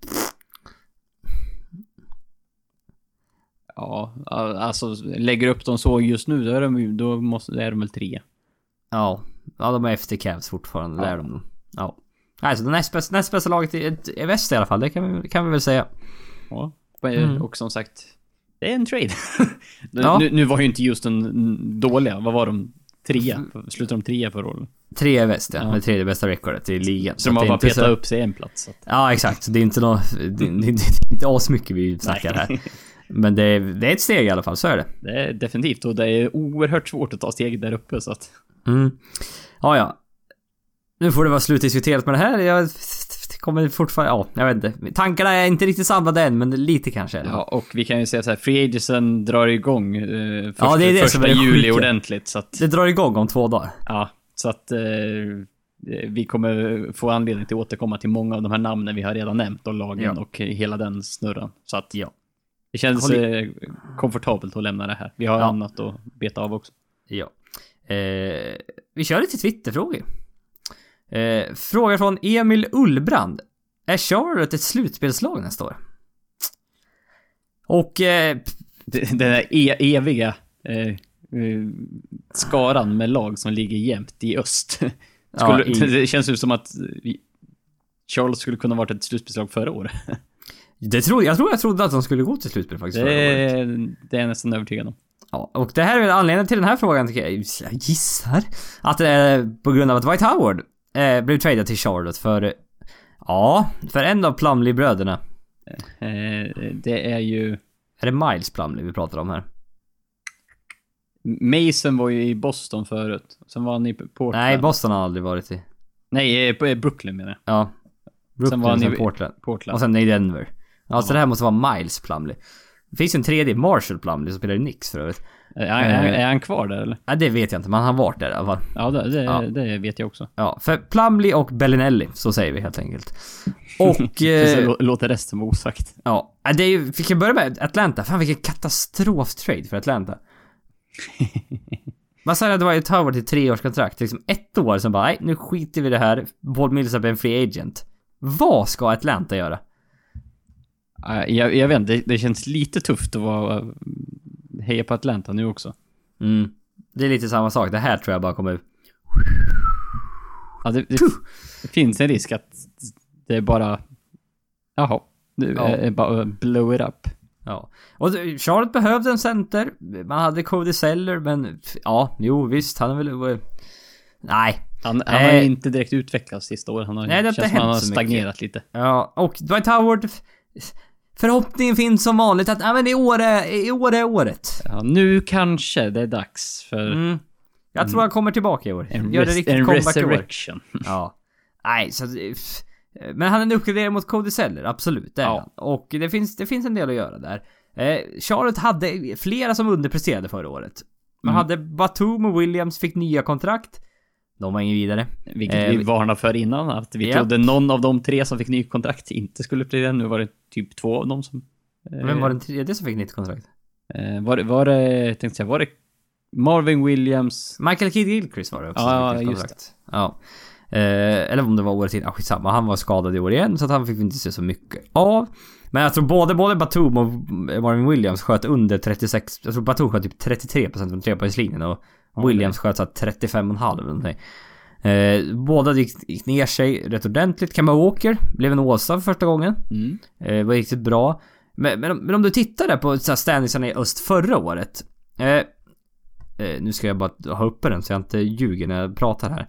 Ja, alltså lägger upp dem så just nu, då är de väl 3. Ja, de är efter Cavs fortfarande, det är de. Ja. Alltså det näst bästa laget i väst i alla fall, det kan vi väl säga. Ja, och som sagt, det är en trade. Nu var ju inte Houston dåliga, vad var de? 3? Slutade de 3 på rollen? 3 i väst, ja. Med tredje bästa rekordet i ligan. Så de har bara petat upp sig en plats. Så att... Ja, exakt. Det är inte det är inte asmycket vi snackar här. Men det är ett steg i alla fall, så är det. Det är definitivt, och det är oerhört svårt att ta steg där uppe, så att... Ja. Nu får det vara slutdiskuterat med det här. Jag kommer fortfarande... Ja, jag vet inte. Tankarna är inte riktigt samlade än, men lite kanske. Eller? Ja, och vi kan ju säga så här, Free Agency drar igång första juli ordentligt. Så att, det drar igång om 2 dagar. Ja, så att vi kommer få anledning till att återkomma till många av de här namnen vi har redan nämnt och lagen och hela den snurran. Så att det känns komfortabelt att lämna det här. Vi har annat att beta av också. Ja. Vi kör lite Twitterfrågor. Fråga från Emil Ullbrand. Är Charlotte ett slutspelslag nästa år? Och den där eviga skaran med lag som ligger jämnt i öst. Det känns ju som att Charlotte skulle kunna varit ett slutspelslag förra året. Jag trodde att de skulle gå till slutspel faktiskt förra året. Det är jag nästan övertygad om. Ja, och det här är anledningen till den här frågan, tycker jag gissar att det är på grund av att Dwight Howard blev tradad till Charlotte för en av Plumlee-bröderna. Det är ju... Är det Miles Plumlee vi pratar om här? Mason var ju i Boston förut. Sen var han i Portland. Nej, Boston har aldrig varit i. Nej, Brooklyn menar jag. Ja. Brooklyn, sen var han i Portland. Och sen i Denver. Ja, så det här måste vara Miles Plumlee. Det finns ju en tredje, Marshall Plumlee, som spelar i Knicks för övrigt. Är han kvar där eller? Nej, det vet jag inte, men han har varit där i alla fall. Ja, det vet jag också. Ja, för Plumlee och Bellinelli, så säger vi helt enkelt. Och... låter resten vara osagt. Ja, det är ju... Vi kan börja med Atlanta. Fan, vilken katastroftrade för Atlanta. Man säger att det var ett Howard till 3-årskontrakt. Liksom 1 år, sen bara, nej, nu skiter vi det här. Paul Millsap är en free agent. Vad ska Atlanta göra? Jag vet inte, det känns lite tufft att vara heja på Atlanta nu också. Det är lite samma sak. Det här tror jag bara kommer... Ja, det finns en risk att det är bara... Jaha, det är bara blow it up. Ja. Och Charlotte behövde en center. Man hade Cody Zeller, men visst, han är väl... Nej. Han har inte direkt utvecklats sista året. Han har stagnerat lite. Ja, och Dwight Howard... Förhoppningen finns som vanligt att men i år är året. Ja, nu kanske det är dags för... Jag tror han kommer tillbaka i år. Gör det riktigt comeback i år. Ja. Nej, så... Men han är en uppgradering mot Cody Zeller, absolut. Ja. Och det finns en del att göra där. Charlotte hade flera som underpresterade förra året. Man hade Batum och Williams fick nya kontrakt. De var ingen vidare. Vilket vi varnade för innan. Att vi trodde någon av de 3 som fick ny kontrakt inte skulle bli det. Nu var det typ 2 av dem som... Vem var den tredje som fick nytt kontrakt? Var det Marvin Williams? Michael Kidd-Gilchrist var det också. Ja, just det. Ja. Eller om det var året innan. Skitsamma. Han var skadad i år igen, så att han fick inte se så mycket av. Men jag tror både Batum och Marvin Williams sköt under 36. Jag tror Batum sköt typ 33% från 3-poängslinjen och Williams sköt så 35,5 eller någonting. Båda gick ner sig rätt ordentligt. Kemba Walker blev en All-Star för första gången. Var riktigt bra. Men om du tittar där på standingsarna i öst förra året. Nu ska jag bara ha uppe den så jag inte ljuger när jag pratar här.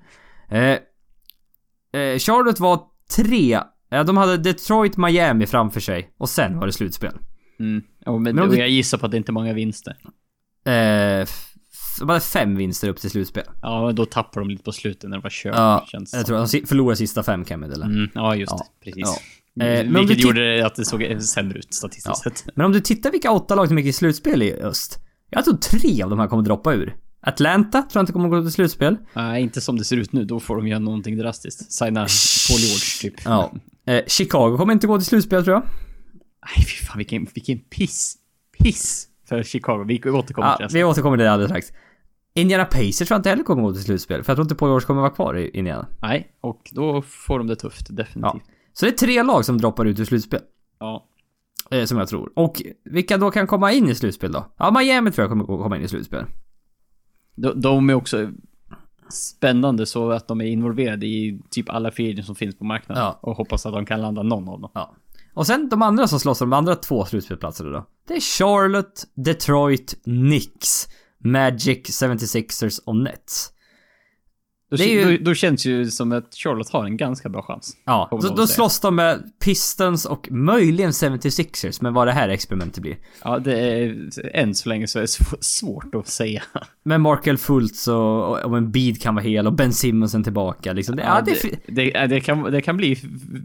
Charlotte var 3. De hade Detroit, Miami framför sig. Och sen var det slutspel. Men jag gissar på att det inte är många vinster. de hade 5 vinster upp till slutspel. Ja, då tappar de lite på slutet när de var kört. Ja, jag tror de förlorade sista 5 kan eller? Ja, just det. Precis. Ja. Vilket gjorde att det såg sämre ut statistiskt sett. Men om du tittar vilka 8 lag som gick i slutspel i öst. Jag tror 3 av de här kommer droppa ur. Atlanta tror jag inte kommer gå till slutspel. Nej, inte som det ser ut nu. Då får de göra någonting drastiskt. Signa Paul George typ. Ja. Chicago kommer inte gå till slutspel tror jag. Nej, fy fan, vilken piss för Chicago. Vi återkommer till det. Vi återkommer till det alldeles strax. Indiana Pacers tror jag inte heller kommer gå till slutspel. För jag tror inte Paul George kommer vara kvar i Indiana. Nej, och då får de det tufft, definitivt. Ja. Så det är 3 lag som droppar ut ur slutspel. Ja. Som jag tror. Och vilka då kan komma in i slutspel då? Ja, Miami tror jag kommer komma in i slutspel. De är också spännande så att de är involverade i typ alla free som finns på marknaden. Ja. Och hoppas att de kan landa någon av dem. Ja. Och sen de andra som slåss om de andra 2 slutspelplatser då. Det är Charlotte, Detroit, Knicks, Magic, 76ers och Nets. Då känns ju som att Charlotte har en ganska bra chans. Ja, då slåss de med Pistons och möjligen 76ers, men vad det här experimentet blir. Ja, det är än så länge så är det svårt att säga. Men Markel Fultz och en Bid kan vara hel och Ben Simmonsen tillbaka liksom. Det kan bli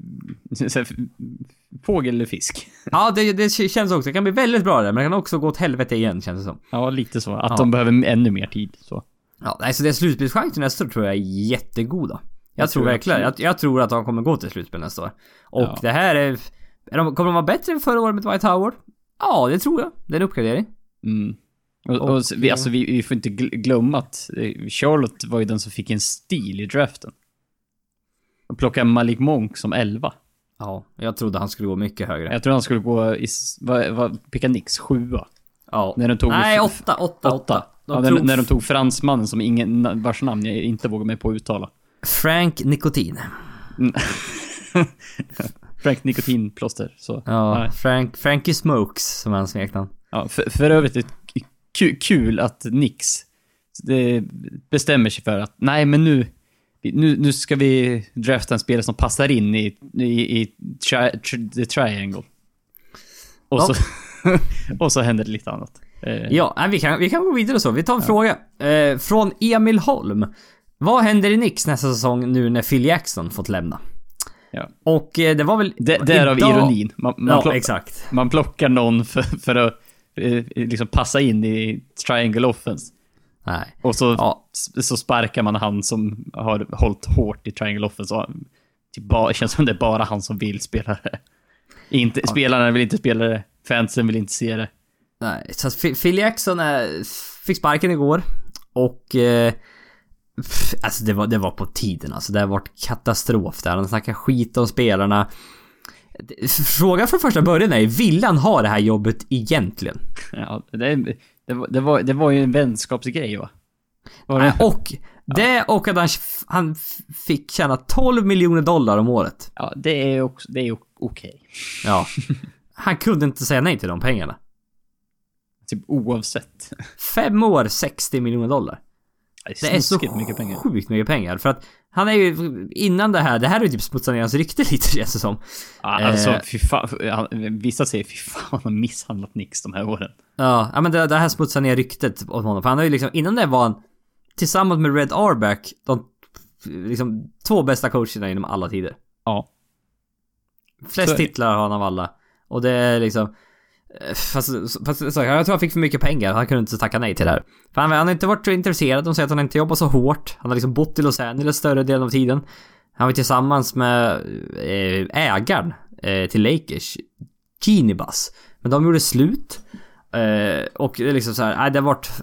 fågel eller fisk. Ja, det känns också. Det kan bli väldigt bra där, men det kan också gå åt helvete igen, känns det som. Ja, lite så. Att de behöver ännu mer tid, så. Ja, alltså det slutspelschansen nästa år tror jag är jättegoda. Jag tror verkligen. Jag tror att de kommer gå till slutspel nästa år. Och det här är kommer de vara bättre än förra året med Dwight Howard? Ja, det tror jag. Det är en uppgradering. Vi får inte glömma att Charlotte var ju den som fick en stil i draften. Och plockade Malik Monk som 11. Ja, jag trodde han skulle gå mycket högre. Jag tror han skulle gå i picka Knicks 7. Ja. När de tog 8. När de tog fransmannen som vars namn jag inte vågar mig på att uttala. Frank Nikotin. Frank Nikotinplåster. Så. Ja, Frankie Smokes som han smeknade. Ja, för övrigt är det kul att Knicks bestämmer sig för att nej, men nu ska vi drafta en spelare som passar in i the triangle. Och så och så händer det lite annat. Ja, vi kan gå vidare så. Vi tar en fråga från Emil Holm. Vad händer i Knicks nästa säsong nu när Phil Jackson fått lämna? Ja. Och det var väl därav ironin. Exakt. Man plockar någon för att liksom passa in i triangle offense. Nej. Och så sparkar man han som har hållit hårt i triangle offense. Och det känns som det är bara han som vill spela det. Spelarna vill inte spela det. Fansen vill inte se det. Nej, så Phil Jackson fick sparken igår. Och alltså det var på tiden. Alltså det har varit katastrof där. Han snackar skit om spelarna. Frågan från första början är: vill han ha det här jobbet egentligen? Ja, det var ju en vänskapsgrej, va? Och att han fick tjäna $12 miljoner om året. Ja, det är okej. Ja. Han kunde inte säga nej till de pengarna. Typ oavsett. 5 år, $60 miljoner. Det är så mycket pengar. Sjukt mycket pengar. För att han är ju innan det här är ju typ smutsat ner hans rykte lite, känns det som. Ja, alltså fy fan, vissa säger fy fan, han har misshandlat Knicks de här åren. Ja, men det här smutsar ner ryktet åt honom. För han har ju liksom, innan det var han tillsammans med Red Auerbach de liksom 2 bästa coacherna inom alla tider. Ja. Flest titlar har han av alla. Och det är liksom fast jag tror han fick för mycket pengar. Han kunde inte tacka nej till det här. För han har inte varit så intresserad. De säger att han inte jobbar så hårt. Han har liksom bott i Los Angeles större delen av tiden. Han var tillsammans med ägaren till Lakers, Jeannie Buss. Men de gjorde slut. Och det är liksom så här,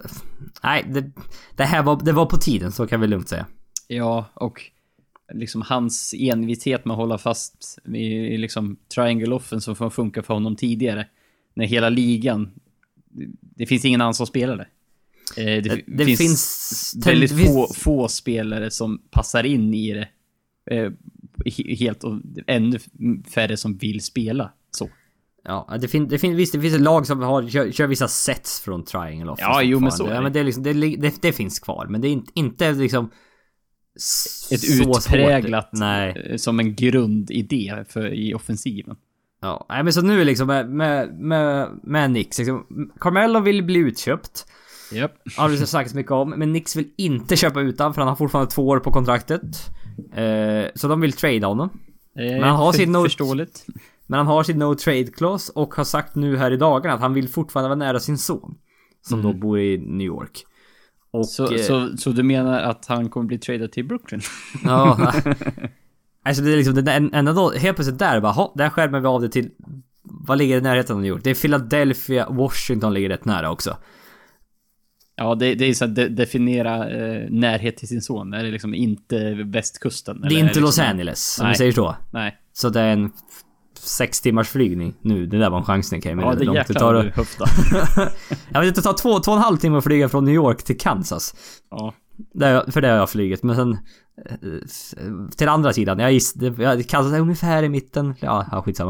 det var på tiden, så kan vi lugnt säga. Ja, och liksom hans envishet med att hålla fast i liksom triangle offense som funkar för honom tidigare, när hela ligan, det finns ingen annan som spelar det. Det finns väldigt få spelare som passar in i det helt, och ännu färre som vill spela så. Ja, det finns ett lag som kör vissa sets från triangle offense. Ja, jo, men så. Ja, men det är liksom det finns kvar, men det är inte liksom ett utpräglat som en grundidé i offensiven. Ja, nej, men så nu liksom med Knicks liksom, Carmelo vill bli utköpt. Japp. Har vi sagt mycket om. Men Knicks vill inte köpa ut han, för han har fortfarande 2 år på kontraktet. Så de vill trade honom. Men han har sin förståeligt. Men han har sin no trade clause och har sagt nu här i dagarna att han vill fortfarande vara nära sin son. Som då bor i New York. Och, så du menar att han kommer bli tradad till Brooklyn? Ja. Alltså det är liksom den enda då, helt plötsligt där bara, där skärmar vi av det till, vad ligger i närheten av New York? Det är Philadelphia, Washington ligger rätt nära också. Ja, det är så att definiera närhet till sin son. Är det liksom inte västkusten? Det är inte Los Angeles, som vi säger så. Nej. Så det är en 6 timmars flygning nu. Det där var en chansning, kan jag mena. Ja, det är jäklar du höfta. Jag vet inte, det tar 2,5 timmar att flyga från New York till Kansas. Ja. För det har jag flugit. Men sen till andra sidan, Kansas är ungefär i mitten. Ja, skitsamma.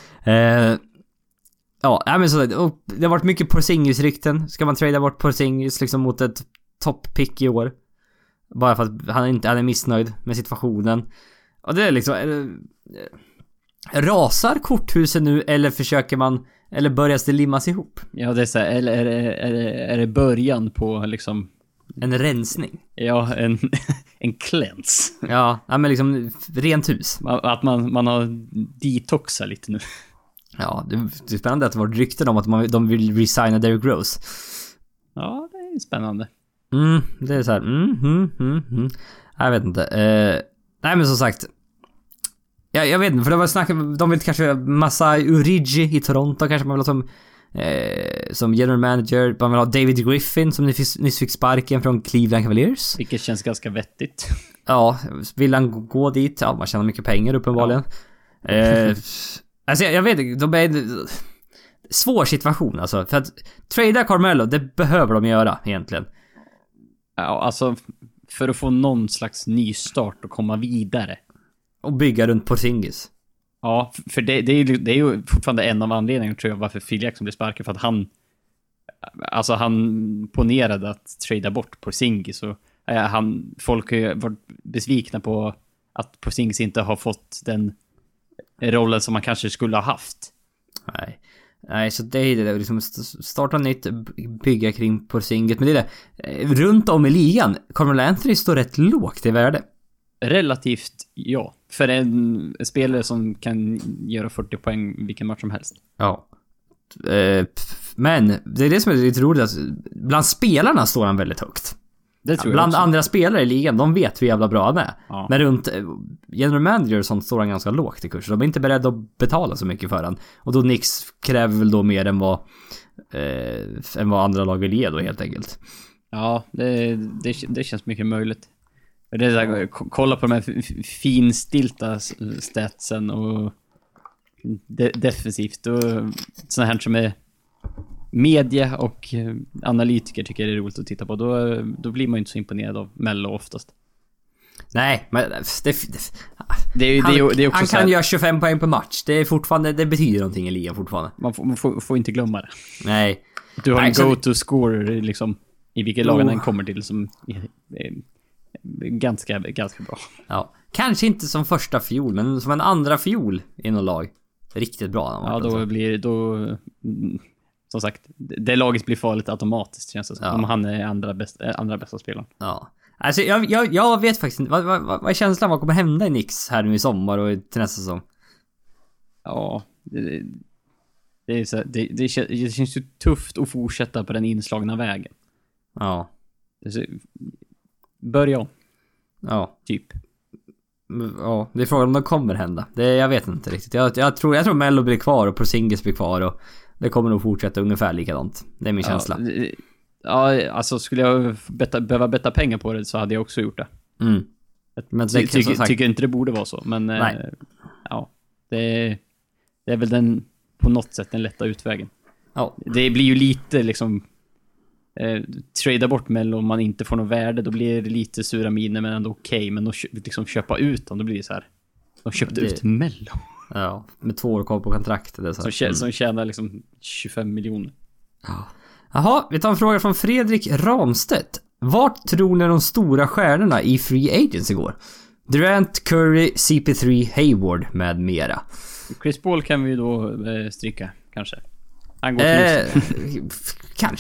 Ja, men så det har varit mycket Porzingis-rykten. Ska man trada bort Porzingis liksom mot ett top-pick i år? Bara för att han är missnöjd med situationen. Och det är liksom... rasar korthuset nu, eller försöker man... Eller börjar det limmas ihop? Ja, det är så här, eller är det början på liksom... En rensning? Ja, en cleanse. Ja, men liksom rent hus. Att man har detoxat lite nu. Ja, det är spännande att det var rykten om att de vill resigna Derrick Rose. Ja, det är spännande. Det är så här. Jag vet inte. Nej, men som sagt. Jag vet inte, för det var snack. De vill kanske massa Urigi i Toronto. Kanske man vill ha som general manager. Man vill ha David Griffin som nyss fick sparken från Cleveland Cavaliers. Vilket känns ganska vettigt. Ja, vill han gå dit? Ja, man tjänar mycket pengar uppenbarligen. Ja. Alltså jag vet inte, de är svår situation alltså. För att trada Carmelo, det behöver de göra egentligen. Ja, alltså för att få någon slags ny start och komma vidare. Och bygga runt Porzingis. Ja, för det är ju fortfarande en av anledningarna, tror jag, varför Phil Jackson blev sparkad. För att han ponerade att trada bort Porzingis. Och folk har ju varit besvikna på att Porzingis inte har fått den rollen som man kanske skulle ha haft. Nej, så det är det liksom, starta nytt, bygga kring Porzingis. Men det är det, runt om i ligan, Carmelo Anthony står rätt lågt i värde. Relativt, ja. För en spelare som kan göra 40 poäng vilken match som helst. Ja. Men det är det som är lite roligt, att bland spelarna står han väldigt högt. Det tror jag bland också. Andra spelare i ligan, de vet hur jävla bra han är. Ja. Men runt general manager och sånt står han ganska lågt i kurs. De är inte beredda att betala så mycket för han. Och då Knicks kräver väl då mer än vad andra lag vill ge då, helt enkelt. Ja, det känns mycket möjligt. Det är så här, kolla på de här finstilta statsen och defensivt och såna här som är media och analytiker tycker det är roligt att titta på. Då blir man ju inte så imponerad av Mello oftast. Nej, men han kan göra 25 poäng per match. Det är fortfarande, det betyder någonting i ligan fortfarande. Man får inte glömma det. Nej. Du har en go-to-scorer liksom i vilket lag den kommer till som är ganska bra. Ja, kanske inte som första fiol, men som en andra fiol i någon lag. Riktigt bra. Ja, då som sagt, det laget blir farligt automatiskt, känns det som. Om han är andra bästa spelaren. Ja. Alltså jag vet faktiskt inte vad är känslan, vad kommer hända i Knicks här nu i sommar och till nästa säsong? Ja, det är så, det känns ju tufft att fortsätta på den inslagna vägen. Ja. Börja om. Ja. Typ. Ja, det är frågan om det kommer hända. Jag vet inte riktigt. Jag tror Mello blir kvar och Porzingis blir kvar och det kommer nog fortsätta ungefär likadant. Det är min känsla. Ja, alltså skulle jag behöva betta pengar på det så hade jag också gjort det. Men tycker inte det borde vara så. Men ja, det är väl på något sätt den lätta utvägen. Ja. Det blir ju lite liksom trada bort Mello om man inte får något värde, då blir det lite sura miner, men ändå okej. Men då liksom köpa ut dem, då blir det så här. De köpte ut Mello. Ja, med 2 år kvar på kontraktet. Det så här. Som tjänar liksom 25 miljoner. Ja. Jaha, vi tar en fråga från Fredrik Ramstedt. Vart tror ni de stora stjärnorna i Free Agents igår? Durant, Curry, CP3, Hayward med mera. Chris Paul kan vi då stryka, kanske. Han går till kanske.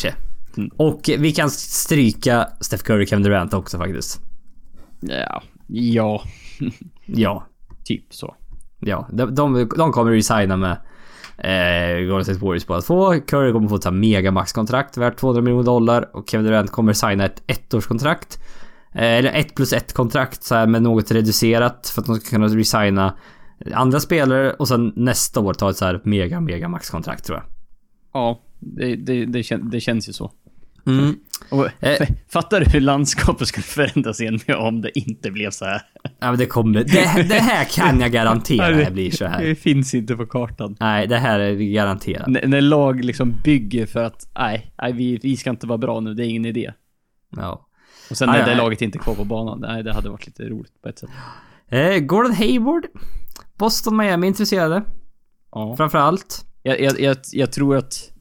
Och vi kan stryka Steph Curry, Kevin Durant också faktiskt. Ja. Ja. Typ så. Ja, de kommer resigna med Golden State Warriors båda två. Curry kommer få ta mega maxkontrakt värt $200 miljoner och Kevin Durant kommer signa ett ettårskontrakt. Eller 1+1 kontrakt så här, med något reducerat för att de ska kunna resigna andra spelare och sen nästa år ta ett så här mega maxkontrakt tror jag. Ja, det känns ju så. Och, fattar du hur landskapet skulle förändras igen om det inte blev så här? Ja, men det här kan jag garantera det blir så här. Det finns inte på kartan. Nej, det här är garanterat. När lag liksom bygger för att vi ska inte vara bra nu, det är ingen idé. Ja. Och sen när det laget inte är kvar på banan. Nej, det hade varit lite roligt på ett sätt. Gordon Hayward, Boston, Miami intresserade. Ja. Framförallt. Jag tror att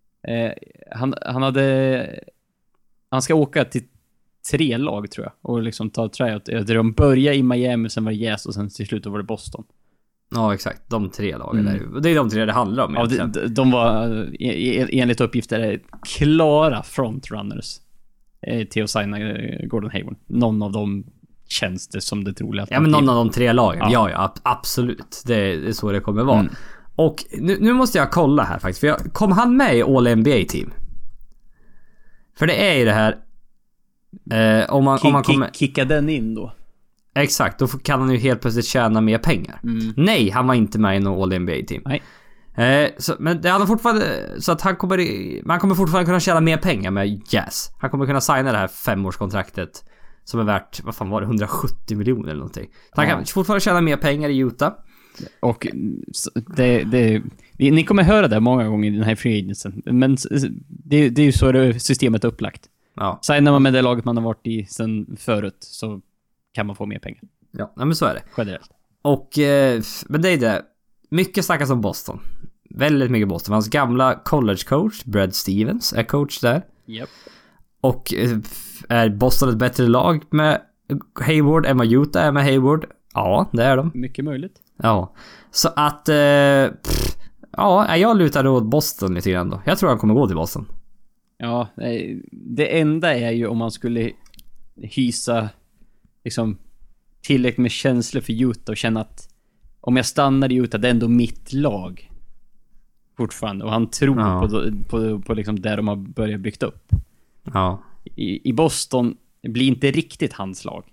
han ska åka till 3 lag tror jag och liksom ta tryout. De börjar i Miami, sen var det Jazz och sen till slut var det Boston. Ja, exakt. De 3 lagen där. Det är de 3 det handlar om. Ja, de var enligt uppgifter klara frontrunners till att signa Gordon Hayward. Någon av dem känns det som det troliga. Ja, men någon av de 3 lagen. Ja, absolut. Det är så det kommer vara. Och nu måste jag kolla här faktiskt. För kom han med i All NBA Team? För det är ju det här om man kommer kicka den in då. Exakt, då kan han ju helt plötsligt tjäna mer pengar. Nej, han var inte med i någon All NBA Team. Nej. Men det hade fortfarande så att man kommer fortfarande kunna tjäna mer pengar med Jazz. Han kommer kunna signa det här 5-årskontraktet som är värt, vad fan var det, 170 miljoner eller någonting. Han kan fortfarande tjäna mer pengar i Utah. Och ni kommer höra det många gånger i den här free agency. Men det är ju så det systemet är upplagt. Ja. Signar man med det laget man har varit i sen förut så kan man få mer pengar. Ja, men så är det. Generellt. Och men det är det. Mycket snackas om Boston. Väldigt mycket Boston. Hans gamla college coach Brad Stevens är coach där. Yep. Och är Boston ett bättre lag med Hayward än vad Utah är med Hayward? Ja, det är de. Mycket möjligt. Ja. Så att jag lutar åt Boston lite grann då. Jag tror han kommer gå till Boston. Ja, det enda är ju om man skulle hysa liksom tillräckligt med känslor för Utah och känna att om jag stannar i Utah, det är ändå mitt lag fortfarande. Och han tror på liksom där de har börjat byggt upp. Ja. I Boston blir inte riktigt hans lag.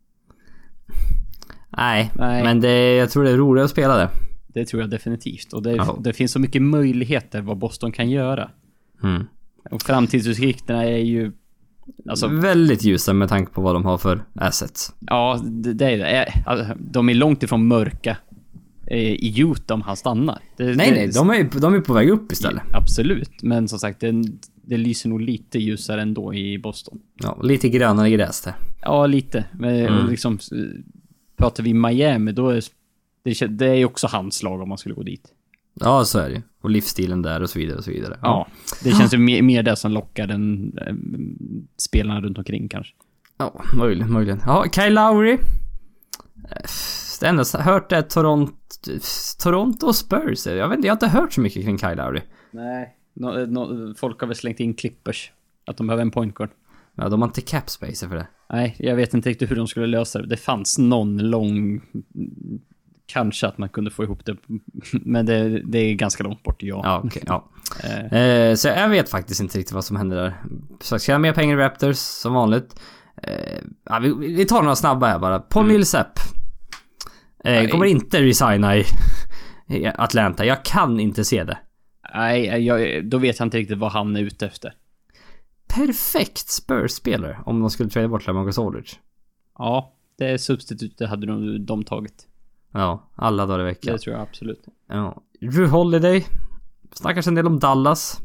Nej. Men jag tror det är roligt att spela det. Det tror jag definitivt. Och det finns så mycket möjligheter vad Boston kan göra. Och framtidsutsikterna är ju alltså väldigt ljusa med tanke på vad de har för assets. Ja, det är det. Alltså, de är långt ifrån mörka i Utah om han stannar. Nej, de är på väg upp istället. Absolut, men som sagt det lyser nog lite ljusare ändå i Boston. Ja, lite grönare gräs det. Ja, lite. Men liksom pratar vi Miami då det är ju också hans lag om man skulle gå dit. Ja, så är det. Och livsstilen där och så vidare och så vidare. Ja, det känns ju mer det som lockar den spelarna runt omkring kanske. Ja, möjligen. Ja, Kyle Lowry. Det enda jag hört är Toronto och Spurs. Jag har inte hört så mycket kring Kyle Lowry. Nej, folk har väl slängt in Clippers att de behöver en point guard. Ja, de har inte cap space för det. Nej, jag vet inte riktigt hur de skulle lösa det. Det fanns någon lång kanske att man kunde få ihop det, men det är ganska långt bort. Ja, okej. Ja. Så jag vet faktiskt inte riktigt vad som händer där. Så jag ska ha mer pengar i Raptors som vanligt. Vi tar några snabba här bara. Paul Millsap kommer inte resigna i Atlanta. Jag kan inte se det. Nej, då vet jag inte riktigt vad han är ute efter. Perfekt Spurs-spelare om de skulle trada bort LaMarcus Aldridge. Ja, det är substitut, det hade de tagit. Ja, alla dagar i veckan. Det tror jag absolut. Ja. Drew Holiday. Snackar en del om Dallas.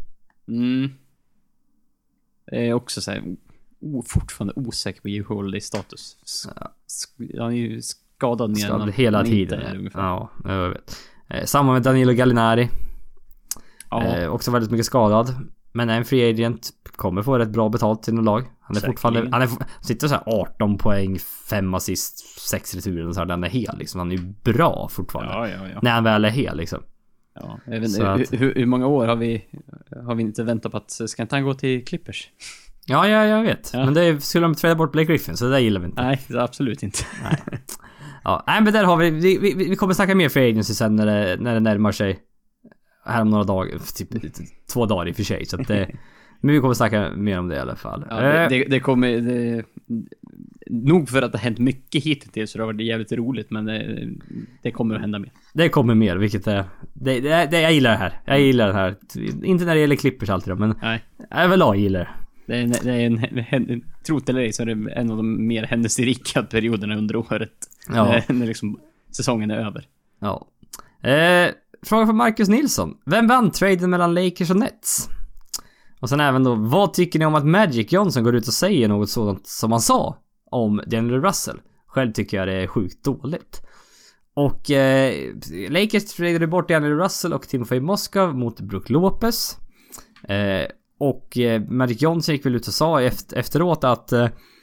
Det är också så här, fortfarande osäker på Drew Holidays status. Han är ju skadad hela tiden. Ja, jag vet. Samma med Danilo Gallinari. Ja. Också väldigt mycket skadad. Men är en free agent, kommer få rätt bra betalt till någon lag. Han är fortfarande sitter så här 18 poäng, 5 assist, 6 returer och så här. Den är hel liksom. Han är ju bra fortfarande. Ja. När han väl är hel liksom. Ja, jag vet inte, Så att- hur många år har vi inte väntat på att ska inte han gå till Clippers? Ja, jag vet. Ja. Men det skulle de trada bort Blake Griffin, så det där gillar vi inte. Nej, absolut inte. Ja, nej men där har vi kommer snacka mer free agency sen när det närmar sig här om några dagar, typ 2 dagar i och för sig, så att det, men vi kommer snacka mer om det i alla fall. Ja, det kommer... nog för att det har hänt mycket hittills så det har varit jävligt roligt, men det kommer att hända mer. Det kommer mer, vilket är jag gillar det här. Jag gillar det här. Inte när det gäller Clippers alltid då, men Nej. överlag gillar det. Det är en trot eller ej, så är det en av de mer händelserika perioderna under året. Ja. När liksom säsongen är över. Ja. Fråga från Marcus Nilsson. Vem vann traden mellan Lakers och Nets? Och sen även då, vad tycker ni om att Magic Johnson går ut och säger något sådant som han sa om D'Angelo Russell? Själv tycker jag det är sjukt dåligt. Och Lakers tradade bort D'Angelo Russell och Timofey Moskov mot Brook Lopez. Och Magic Johnson gick väl ut och sa efteråt att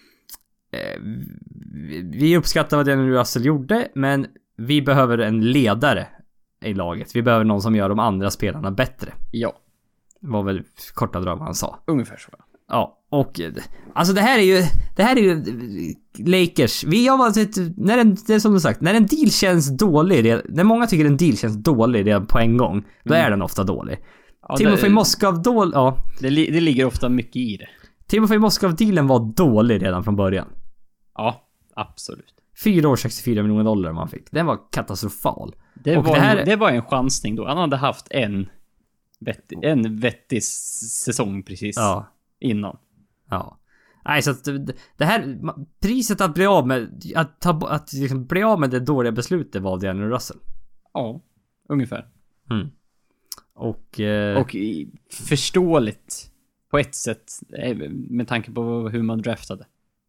vi uppskattar vad D'Angelo Russell gjorde, men vi behöver en ledare i laget. Vi behöver någon som gör de andra spelarna bättre. Ja, Var väl korta drag han sa. ungefär så. Ja, och alltså det här är ju Lakers. Vi har varit det är som du sagt, när en deal känns dålig, när många tycker en deal känns dålig redan på en gång, då är den ofta dålig. Ja, Timofey Moskov det ligger ofta mycket i det. Timofey Moskov-dealen var dålig redan från början. Ja, absolut. 4 år, $64 miljoner man fick. Den var katastrofal. Det Och var en chansning då. Han hade haft en vettig säsong precis innan. Ja. Nej, så att det här priset att bli av med att liksom bli av med det dåliga beslutet var D'Angelo Russell. Ja, ungefär. Och förståeligt på ett sätt med tanke på hur man draftade.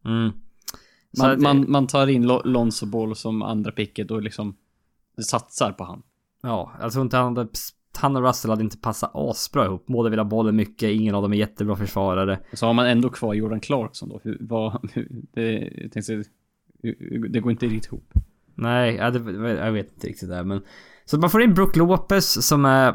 Man tar in Lonzo Ball som andra picket och liksom satsar på han. Ja, jag tror inte han och Russell hade inte passat asbra ihop. Båda vill ha bollen mycket, ingen av dem är jättebra försvarare. Så har man ändå kvar Jordan Clarkson då. Det går inte riktigt ihop. Nej, jag vet inte riktigt där, men så man får in Brook Lopez som är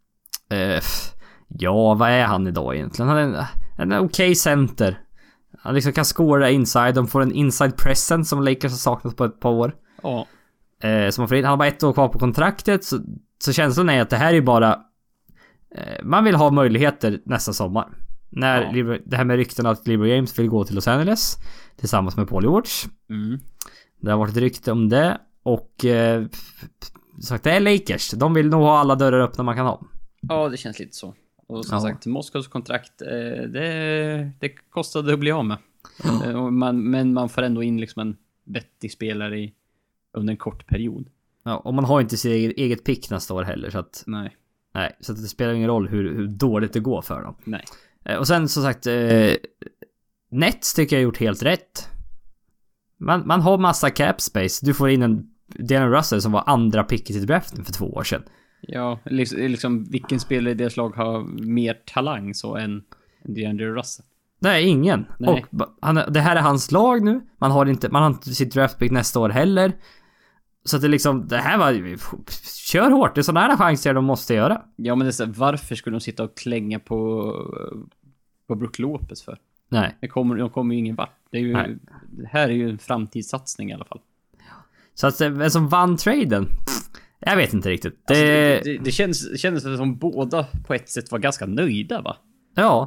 vad är han idag egentligen? Han är en okej center. Han liksom kan scora inside. De får en inside presence som Lakers har saknat på ett par år. Ja. Så man får in, han har bara 1 år kvar på kontraktet, så känslan är att det här är bara man vill ha möjligheter nästa sommar. När det här med rykten att LeBron James vill gå till Los Angeles tillsammans med Paul George. Det har varit ett rykte om det. Och sagt, det är Lakers. De vill nog ha alla dörrar öppna man kan ha. Ja, det känns lite så. Och som sagt, Moskos kontrakt det kostade att bli av med. Men man får ändå in liksom en vettig spelare under en kort period. Ja, och man har inte sitt eget pick nästa år heller, så att Nej, så att det spelar ingen roll hur dåligt det går för dem. Nej. Och sen som sagt Nets tycker jag har gjort helt rätt. Man har massa cap space. Du får in en D'Angelo Russell som var andra picket i draften för 2 år sedan. Ja, liksom vilken spelare i deras lag har mer talang så än D'Angelo Russell? Nej, ingen. Nej. Och det här är hans lag nu. Man har inte sitt draftpick nästa år heller. Så att det liksom, det här var, kör hårt. Det är sådana här chanser de måste göra. Ja, men det är så, varför skulle de sitta och klänga på Brook Lopez för? Nej. De kommer ju ingen vart. Det här är ju en framtidssatsning i alla fall. Så att vem som vann traden, jag vet inte riktigt. Det kändes som båda på ett sätt var ganska nöjda, va? Ja,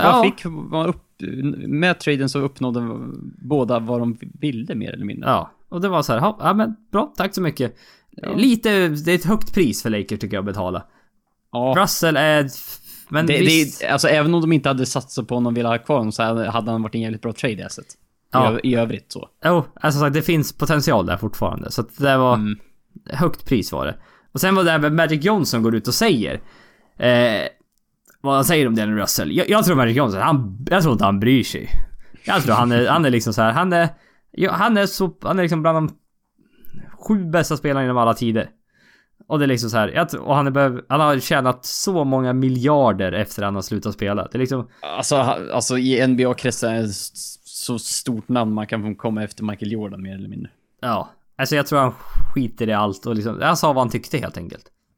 med traden så uppnådde båda vad de ville mer eller mindre. Ja, och det var så här, ja men bra, tack så mycket. Ja. Det är ett högt pris för Lakers tycker jag att betala. Ja. Russell är... Men alltså även om de inte hade satsat på honom och ville ha kvar honom så hade han varit en jävligt bra trade asset. I övrigt så. Alltså det finns potential där fortfarande. Så att det var högt pris var det. Och sen var det här med Magic Johnson går ut och säger vad han säger om D'Angelo Russell. Jag tror Magic Johnson, jag tror inte han bryr sig. Jag tror han är liksom så här, han är liksom bland de 7 bästa spelarna inom alla tider. Och det är liksom så här, och han har tjänat så många miljarder efter att han har slutat spela. Det är liksom alltså i NBA-kretsar är så stort namn man kan komma efter Michael Jordan mer eller mindre. Ja, alltså jag tror han skiter i allt och liksom, han sa vad han tyckte helt enkelt.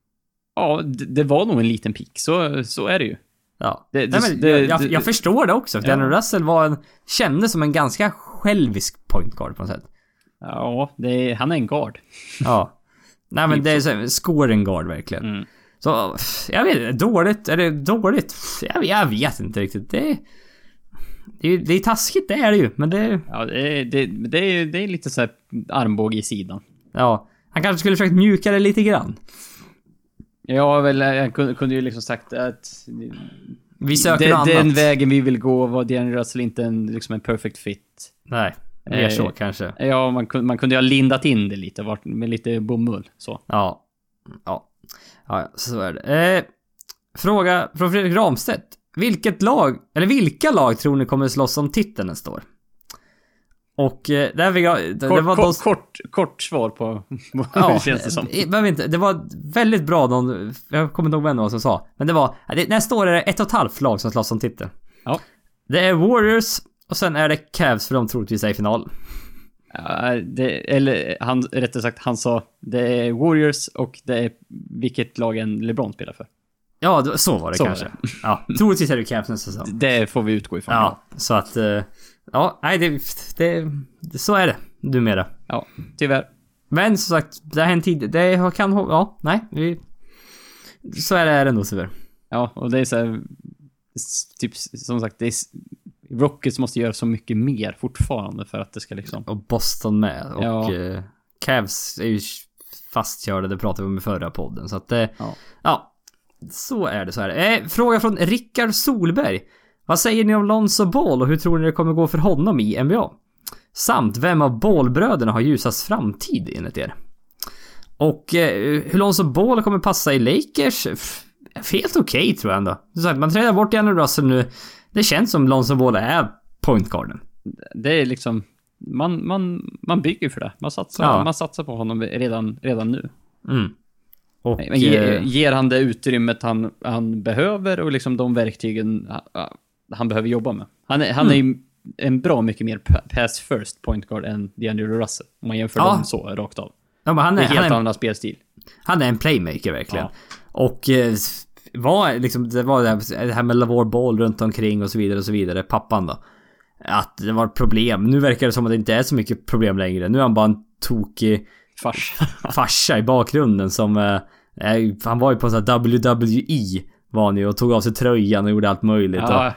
Ja, det var nog en liten pick. Så är det ju. Ja. Jag förstår det också. Daniel Russell kändes som en ganska självisk point guard på något sätt. Ja, han är en guard. Ja. Nej, men det är så, scoring guard verkligen. Mm. Så, jag vet, dåligt. Är det dåligt? Jag vet inte riktigt. Det är taskigt, det är det ju. Men det... Ja, det är lite så här armbåge i sidan. Ja, han kanske skulle försökt mjuka det lite grann. Ja, väl, jag kunde ju liksom sagt att vi söker något annat. Den vägen vi vill gå var Daniel Russell inte en perfect fit. Nej, mer så kanske. Ja, man kunde ju ha lindat in det lite med lite bomull så. Ja, så är det. Fråga från Fredrik Ramstedt. Vilka lag tror ni kommer slåss om titeln nästa år? Och där fick jag... Kort svar på hur känns det som. Det var väldigt bra. Jag kommer inte ihåg vem det var som sa. Men det var... Nästa år är det 1,5 lag som slåss om titeln. Ja. Det är Warriors och sen är det Cavs för de troligtvis är i final. Han sa det är Warriors och det är vilket lag en LeBron spelar för. Ja, så var det kanske. Var det. Ja, troligtvis är det Cavs nästa säsong. Det får vi utgå ifrån. Ja, så att... Ja, nej, så är det numera. Ja, tyvärr. Men som sagt, det här är en tid. Det kan... Ja, nej. Så är det nog tyvärr. Ja, och det är så här... Typ, som sagt, Rockets måste göra så mycket mer fortfarande för att det ska liksom... Och Boston med. Och Cavs är ju fastkörda, det pratade vi om i förra podden. Så att ja, så är det. Fråga från Rickard Solberg. Vad säger ni om Lonzo Ball och hur tror ni det kommer gå för honom i NBA? Samt, vem av Ball-bröderna har ljusast framtid enligt er? Och hur Lonzo Ball kommer passa i Lakers? Helt okej, tror jag ändå. Man tränar bort Daniel Russell nu. Det känns som Lonzo Ball är pointguarden. Det är liksom... Man bygger för det. Man satsar på honom redan nu. Mm. Och, men ger han det utrymmet han behöver och liksom de verktygen han behöver jobba med. Han är ju en bra mycket mer pass first point guard än DeAndre Russell. Om man jämför dem så rakt av. Ja, men det är helt annan spelstil. Han är en playmaker verkligen. Ja. Och det var det här med LaVar Ball runt omkring och så vidare. Pappan då. Att det var ett problem. Nu verkar det som att det inte är så mycket problem längre. Nu är han bara en tokig farsa i bakgrunden som han var ju på sån här WWE var han ju och tog av sig tröjan och gjorde allt möjligt. Ja,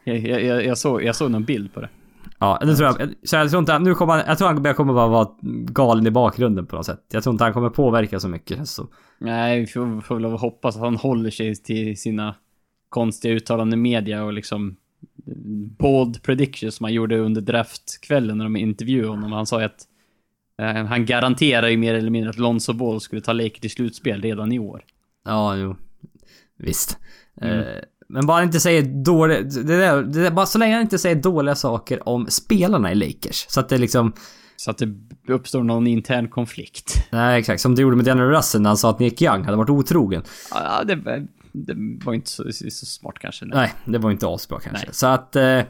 jag såg någon bild på det. Ja, det tror jag. Så jag tror inte jag tror han kommer bara vara galen i bakgrunden på något sätt. Jag tror inte han kommer påverka så mycket så. Nej, vi får väl hoppas att han håller sig till sina konstiga uttalanden i media och liksom bold predictions som han gjorde under draftkvällen när de intervjuade honom. Han sa att han garanterar ju mer eller mindre att Lonzo Ball skulle ta Lakers till slutspel redan i år. Ja, jo. Visst. Men bara inte säger dåligt. Det är bara så länge han inte säger dåliga saker om spelarna i Lakers. Så att det liksom... Så att det uppstår någon intern konflikt. Nej, exakt. Som det gjorde med Daniel Russell när han sa att Nick Young hade varit otrogen. Ja, det var inte så smart kanske. Nej, det var inte asbra kanske. Nej. Så att...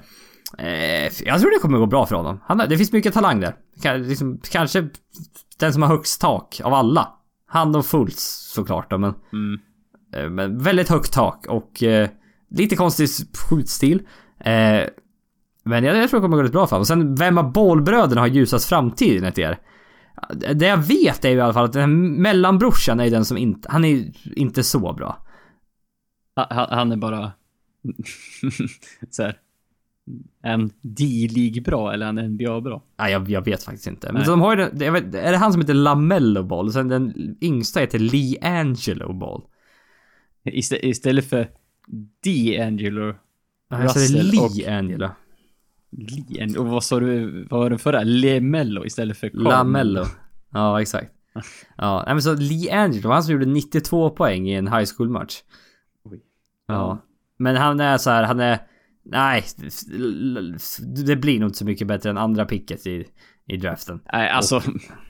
jag tror det kommer gå bra för honom. Det finns mycket talang där. Kanske den som har högst tak av alla. Han och Fultz såklart då, men väldigt högt tak och lite konstig skjutstil. Men jag tror det kommer gå rätt bra för honom. Och sen, vem av Ball-bröderna har ljusast framtid enligt er? Det jag vet är ju i alla fall att den här mellanbrorsan är den som inte... Han är inte så bra. Han är bara... så här... En D-League bra eller en NBA bra? Nej, jag vet faktiskt inte. Men så de har ju är det han som heter LaMelo Ball och sen den yngsta heter LiAngelo Ball. Istället för D'Angelo Russell och LiAngelo. Och vad sa du? Vad var det förra? LaMelo istället för LaMelo. Ja, exakt. Ja, men så LiAngelo, han som gjorde 92 poäng i en high school match. Ja. Men han är så här, han är... Nej, det blir nog inte så mycket bättre än andra picket i draften. Nej, alltså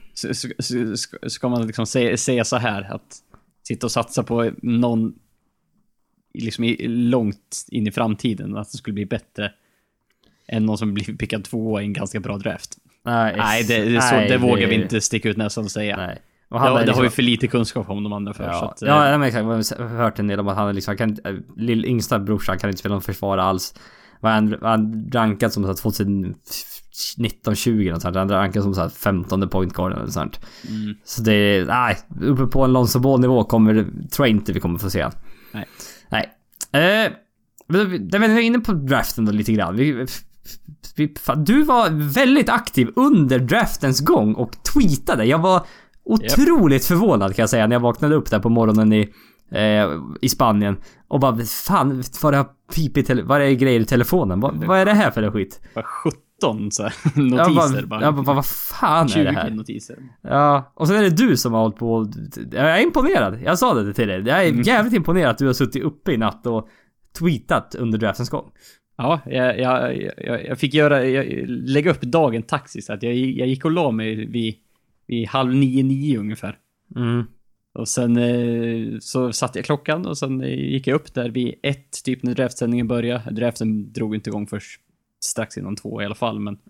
ska man liksom säga så här att sitta och satsa på någon liksom långt in i framtiden att det skulle bli bättre än någon som blir pickad 2 i en ganska bra draft. Nej, det vågar vi inte sticka ut nästan och säga. Nej. Och han Ja, det liksom, har vi för lite kunskap om de andra för. ja, så att, ja, men exakt. Jag har hört en del om att han liksom yngsta brorsan kan inte spela någon försvar alls. Han rankad som 2019-20 och sånt. Han rankad som 15:e point guard eller sånt. Så det är, nej, uppe på en Lonzo Ball nivå tror jag inte vi kommer få se. Nej. Det var inne på draften då lite grann. Du var väldigt aktiv under draftens gång och tweetade. Jag var otroligt förvånad kan jag säga när jag vaknade upp där på morgonen i Spanien och bara fan vad är det grejer i telefonen? Vad är det här för skit? Bara 17 så här, notiser jag bara vad fan är det här? 20 notiser. Ja, och så är det du som har hållit på. Jag är imponerad. Jag sa det till dig. Jag är jävligt imponerad att du har suttit uppe i natt och tweetat under draftens gång. Ja, jag fick lägga upp dagen taxi så att jag gick och la mig vid 8:30 ungefär. Och sen så satte jag klockan och sen gick jag upp där vid 1 typ när draftsändningen började. Draften drog inte igång först strax innan 2 i alla fall, men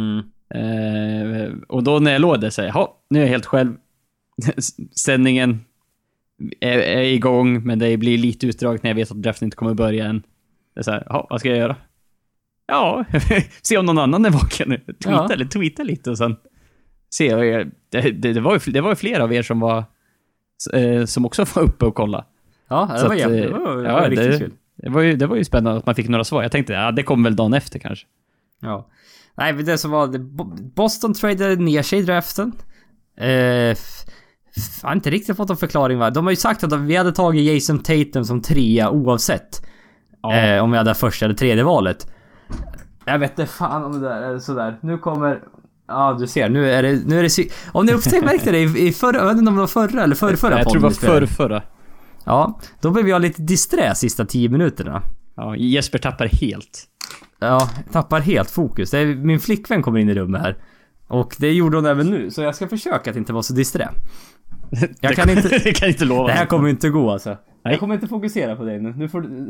och då när jag låg där säger jag, nu är jag helt själv. Sändningen är igång, men det blir lite utdrag när jag vet att draften inte kommer att börja än. Det är så här, vad ska jag göra? Ja, se om någon annan är vaken. Tweeta lite och sen se. Det var ju flera av er som också var uppe och kolla. Ja, det var riktigt kul. Det var ju spännande att man fick några svar. Jag tänkte, det kommer väl dagen efter kanske. Ja. Nej, det som var Boston tradade ner sig i draften. Jag har inte riktigt fått en förklaring, va? De har ju sagt att vi hade tagit Jason Tatum som 3 oavsett. Om vi hade första eller tredje valet. Jag vet inte fan om det där är sådär. Nu kommer... Ja, du ser. Nu är det om ni märkte det i förra... Jag vet inte om det var förra eller förra. Jag tror det var förra. Ja, då blev jag lite disträ sista 10 minuterna. Ja, Jesper tappar helt. Ja, tappar helt fokus. Min flickvän kommer in i rummet här. Och det gjorde hon även nu. Så jag ska försöka att inte vara så disträ. Jag kan inte lova. Det här kommer inte gå alltså. Nej. Jag kommer inte fokusera på dig nu. Nu får du...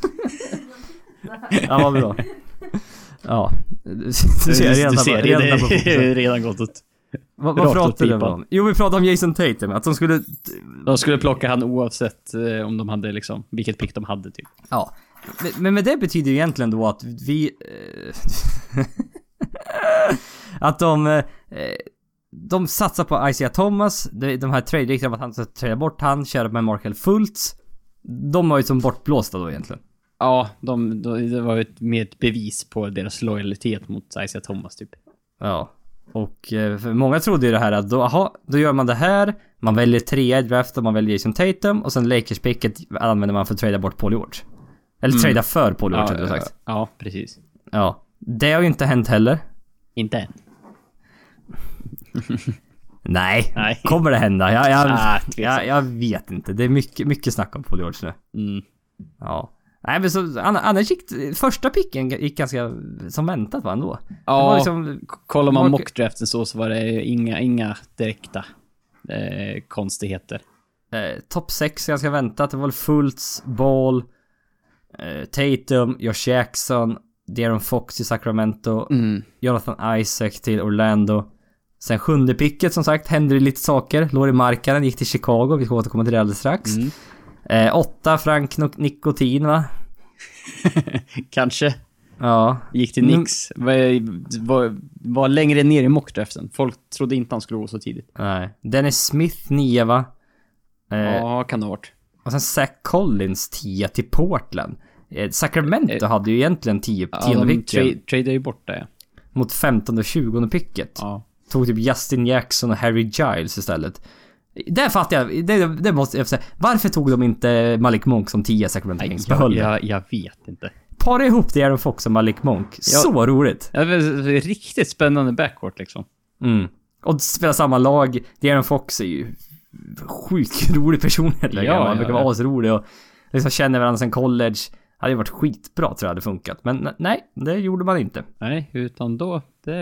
Ja, vad bra. Ja. Du ser redan gått åt. Vad pratade du om? Jo, vi pratade om Jason Tatum. Att de skulle plocka han oavsett om de hade liksom vilket pick de hade typ. Ja. Men det betyder ju egentligen då att vi... att de satsar på Isaiah Thomas. De här trade-riktarna att han ska trada bort han, köra med Markel Fultz. De var ju som bortblåsta då egentligen. Ja, det var ju mer ett bevis på deras lojalitet mot Isaiah Thomas typ. Ja. Och för många trodde ju det här att då gör man det här. Man väljer 3 i draft och man väljer Jason Tatum. Och sen Lakers-picket använder man för att trada bort Paul George. Eller trada för Paul George, hade du sagt. Ja, precis. Ja, det har ju inte hänt heller. Inte än. Nej, kommer det hända? Jag vet inte. Det är mycket snack om Paul George nu. Ja. Nej, men så annars gick första picken gick ganska som väntat va ändå. Ja, det var liksom, kollar man mockdraften så var det inga direkta konstigheter. Topp 6 ganska väntat. Det var Fultz, Ball, Tatum, Josh Jackson, De'Aaron Fox i Sacramento, Jonathan Isaac till Orlando. Sen 7:e picket som sagt hände det lite saker. Lauri Markkanen gick till Chicago. Vi ska återkomma till det alldeles strax. 8 Frank Nikotin va? Kanske. Ja. Gick till Knicks. Var längre ner i mockdraften. Folk trodde inte han skulle gå så tidigt. Nej. Dennis Smith 9 va? Ja, kan det ha varit. Och sen Zach Collins 10 till Portland. Sacramento hade ju egentligen 10 picken. Tradade ju bort det. Mot 15 och 20 picket. Ja. Tog typ Justin Jackson och Harry Giles istället. Där fattar jag, det måste jag säga. Varför tog de inte Malik Monk som 10 Sacramento Kings? Jag vet inte. Para ihop det Aaron Fox och Malik Monk. Så roligt. Ja, det är riktigt spännande backcourt liksom. Och spela samma lag. Aaron Fox är ju sjukt rolig personlighet. Han brukar vara asrolig och liksom känner varandra sen college. Hade ju varit skitbra tror jag hade funkat. Men nej, det gjorde man inte. Nej, utan då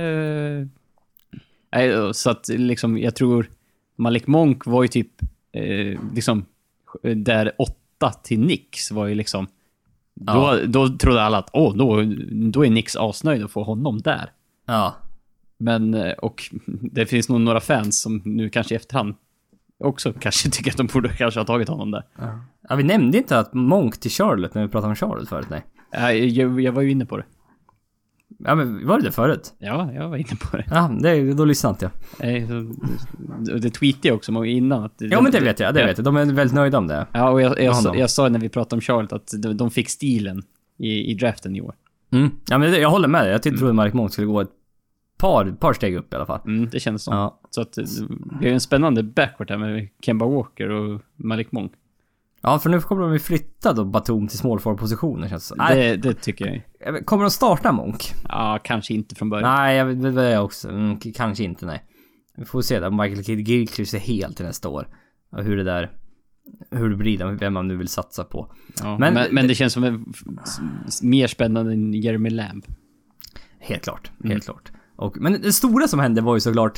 nej, så att liksom jag tror Malik Monk var ju typ liksom där 8 till Knicks var ju liksom då trodde alla att då är Knicks asnöjd att få honom där. Ja. Men och det finns nog några fans som nu kanske i efterhand också kanske tycker att de borde kanske ha tagit honom där. Ja, vi nämnde inte att Monk till Charlotte när vi pratade om Charlotte förut, nej. Jag var ju inne på det. Ja, men var det förut? Ja, jag var inne på det. Ja, då lyssnade inte jag. Det tweetade jag också innan. Att Ja, men det vet jag. De är väldigt nöjda om det. Ja, och jag sa när vi pratade om Charlotte att de fick stilen i draften i år. Ja, men jag håller med dig. Jag trodde Malik Monk skulle gå ett par steg upp i alla fall. Det känns som. Ja. Så att det blir en spännande backcourt här med Kemba Walker och Malik Monk. Ja, för nu kommer de ju flytta då Batum till small forward positionen, känns det. Det tycker jag. Kommer de starta Monk? Ja, kanske inte från början. Nej, jag vet vad jag också. Kanske inte, nej. Vi får se där. Michael Kidd-Gilchrist är helt till nästa år. Och hur det blir, vem man nu vill satsa på. Ja, men det känns som mer spännande än Jeremy Lamb. Helt klart. Men det stora som hände var ju såklart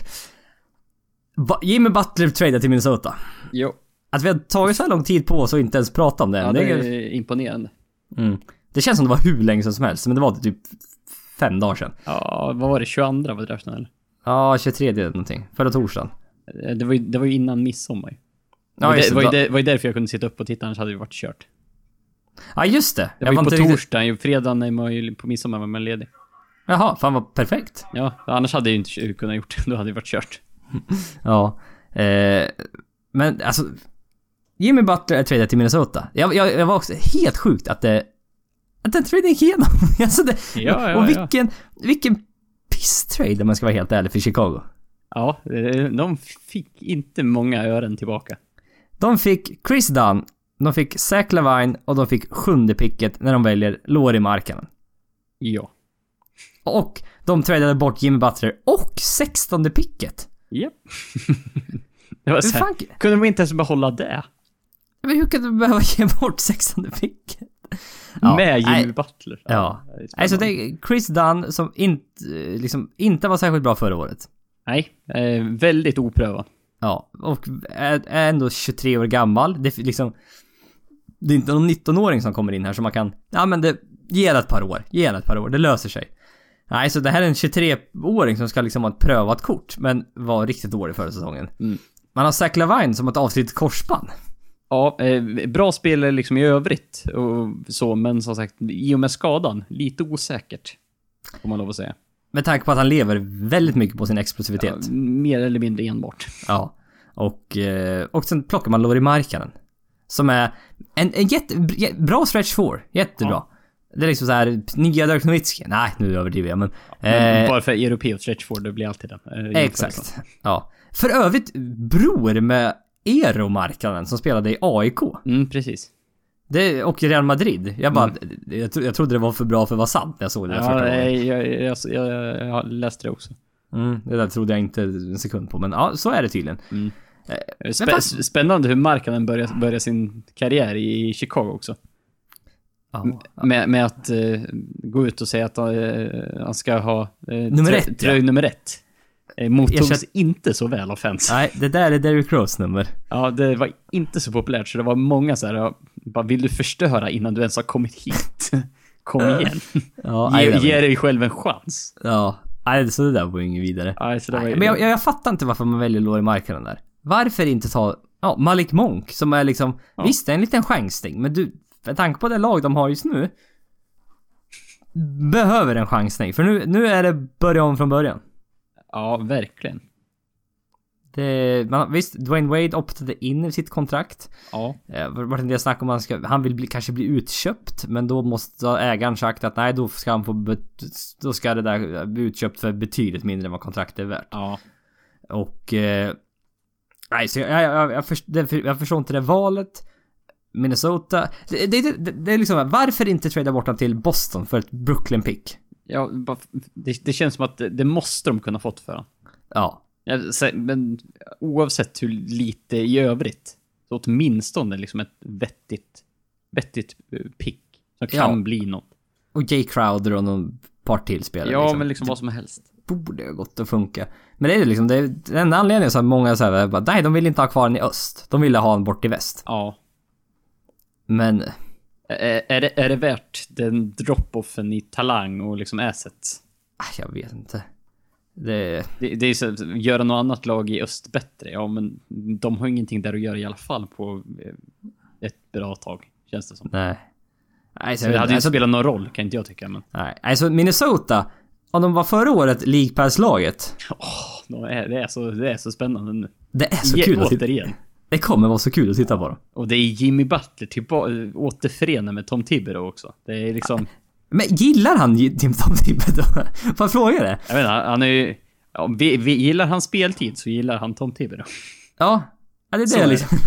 Jimmy Butler tradade till Minnesota. Jo. Att vi har tagit så här lång tid på oss och inte ens prata om det. Ja, det är imponerande. Det känns som det var hur länge som helst, men det var typ 5 dagar sedan. Ja, vad var det? 22 var draften eller? Ja, 23 eller någonting. Förra torsdagen. Det var ju innan midsommar. Ja, det var ju därför jag kunde sitta upp och titta, annars hade det varit kört. Ja, just det. Det var ju på torsdagen, fredagen när man ju på midsommar var man ledig. Jaha, fan vad perfekt. Ja, annars hade jag ju inte kunnat gjort det. Då hade det varit kört. Ja. Men alltså Jimmy Butler är tradad till Minnesota. Jag var också helt sjukt att den traden gick igenom. Alltså och vilken piss-trade om man ska vara helt ärlig för Chicago. Ja, de fick inte många ören tillbaka. De fick Chris Dunn, de fick Zach LaVine och de fick 7:e picket när de väljer Lauri Markkanen. Ja. Och de tradade bort Jimmy Butler och 16:e picket. Japp. Det var så här, kunde de inte ens behålla det? Men hur kan du behöva ge bort 16:e picket? Ja, med Jimmy Butler. Ja. Alltså det är Chris Dunn som inte var särskilt bra förra året. Nej, väldigt oprövad. Ja, och är ändå 23 år gammal. Det är inte någon 19-åring som kommer in här som man kan... Ja, men det ger ett par år. Det löser sig. Nej, så det här är en 23-åring som ska ha ett prövat kort, men var riktigt dålig förra säsongen. Man har Zach LaVine som ett avslutat korsband. Ja, bra spelare i övrigt och så, men som sagt, i och med skadan, lite osäkert, får man lov att säga. Med tanke på att han lever väldigt mycket på sin explosivitet. Ja, mer eller mindre enbart. Ja, och sen plockar man Lauri Markkanen. Som är en bra stretch 4, jättebra. Ja. Det är så här, nya Dirk Nowitzki. Nej, nu överdriver jag, men... bara för europeisk stretch 4, det blir alltid den. Exakt, ja. För övrigt, bror med Eero Markkanen som spelade i AIK. Precis. Och Real Madrid. Jag trodde det var för bra för att vara sant när jag såg det första gången. Jag läste det också. Det där trodde jag inte en sekund på, men ja, så är det tydligen. Spännande hur Markkanen börjar sin karriär i Chicago också. Med att gå ut och säga att han ska ha tröj nummer 1. Mottogs inte så väl av fans. Nej, det där är Derrick Rose nummer. Ja, det var inte så populärt, så det var många så här, bara, vill du förstöra innan du ens har kommit hit? Kom igen. Ja, ge dig själv en chans. Ja, nej, så det där var ju inget vidare. Nej, så det var... Men jag fattar inte varför man väljer Lauri Markkanen där. Varför inte ta Malik Monk som är visst, det är en liten chansning, men du, för tanke på det lag de har just nu, behöver en chansning. För nu är det börja om från början. Ja, verkligen. Visst, Dwayne Wade optade in i sitt kontrakt. Ja. Var det en del snack om han vill kanske bli utköpt, men då måste ägaren sagt att nej, då ska det där bli utköpt för betydligt mindre än vad kontraktet är värt. Ja. Och nej, så jag förstår inte det valet. Minnesota, det är varför inte trada bort dem till Boston för ett Brooklyn pick? Ja, det känns som att det måste de kunna fått för han. Ja. Men oavsett hur lite i övrigt, så åtminstone ett vettigt pick som kan bli något. Och Jay Crowder och någon par till spelare. Ja, men vad som helst. Borde ha gått att funka. Men det är det är den anledningen så att många säger nej, de vill inte ha kvar den i öst. De ville ha den bort i väst. Ja. Men är det värt den drop-offen i talang och assets? Jag vet inte. Det är så, göra något annat lag i öst bättre. Ja, men de har ingenting där att göra i alla fall på ett bra tag, känns det som. Nej. Så det hade ju inte spelat någon roll, kan inte jag tycka. Men... Nej, alltså Minnesota, om de var förra året League Pass-laget. Det är så spännande nu. Det är så kul att titta. Det kommer vara så kul att titta på dem. Och det är Jimmy Butler återförenar med Tom Thibodeau också. Det är liksom... Men gillar han Tom Thibodeau? Får jag fråga det? Jag vet inte, han är ju... Ja, vi gillar hans speltid så gillar han Tom Thibodeau. Ja, det är det liksom.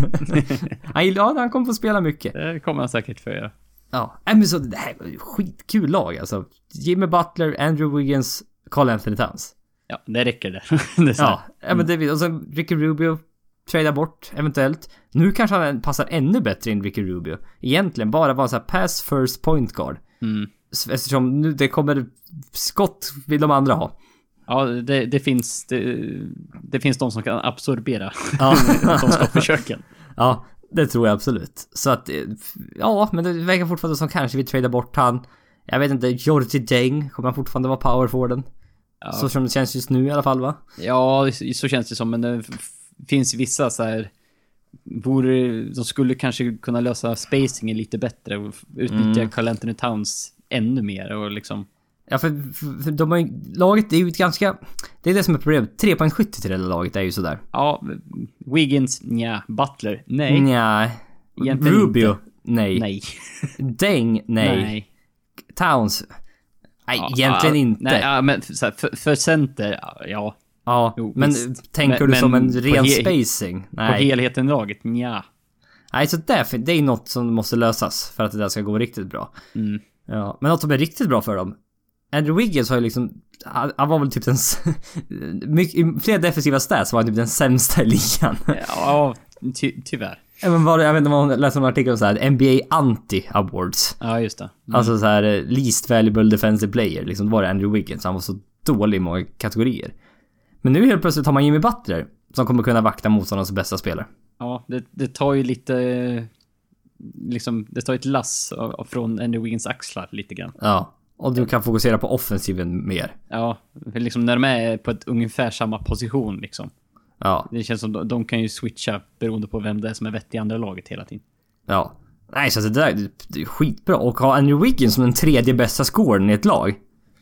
Han kommer få spela mycket. Det kommer han säkert få göra. Ja, men så det här var ju skitkul lag alltså. Jimmy Butler, Andrew Wiggins, Karl Anthony Towns. Ja, det räcker det. Det är men det, och så Ricky Rubio trada bort eventuellt. Nu kanske han passar ännu bättre in Ricky Rubio. Egentligen bara vara så här pass first point guard. Eftersom nu det kommer skott vill de andra ha. Ja, det finns de som kan absorbera de skottförsöken. Ja, det tror jag absolut. Så att ja, men det verkar fortfarande som kanske vi tradar bort han. Jag vet inte, Georgie Deng kommer han fortfarande vara power forwarden. Ja. Så som det känns just nu i alla fall, va? Ja, så känns det som, men det finns vissa så här de skulle kanske kunna lösa spacingen lite bättre och utnyttja Karl Anthony Towns ännu mer och liksom. Ja, för de har ju, laget är ju ett ganska, det är det som är problemet. 3-poängsskytte till det laget är ju sådär. Ja, Wiggins, nja. Butler, nej. Nja. Rubio, inte. Nej. Deng, nej. Towns, nej, egentligen inte. Nej, men så här, för center, ja. Ja, jo, men visst. Tänker du som en ren spacing? Nej. På helheten i laget, nja. Nej, så därför, det är något som måste lösas för att det där ska gå riktigt bra. Ja, men något som är riktigt bra för dem. Andrew Wiggins har ju liksom, han var väl typ i flera defensiva stats var han typ den sämsta i ligan. Ja, tyvärr. Jag vet inte om man läser en artikel om så här NBA Anti-Awards. Ja, just det. Alltså så här least valuable defensive player, liksom det var det Andrew Wiggins. Han var så dålig i många kategorier. Men nu helt plötsligt har man Jimmy Butler som kommer kunna vakta motståndarnas bästa spelare. Ja, det tar ju lite liksom, det tar ett lass från Andrew Wiggins axlar lite grann. Ja. Och du kan fokusera på offensiven mer. Ja, för liksom när de är på ett ungefär samma position liksom. Ja. Det känns som de kan ju switcha beroende på vem det är som är vettig i andra laget hela tiden. Ja. Nej, så det där det är skitbra. Och ha Andrew Wiggins som den tredje bästa scoren i ett lag.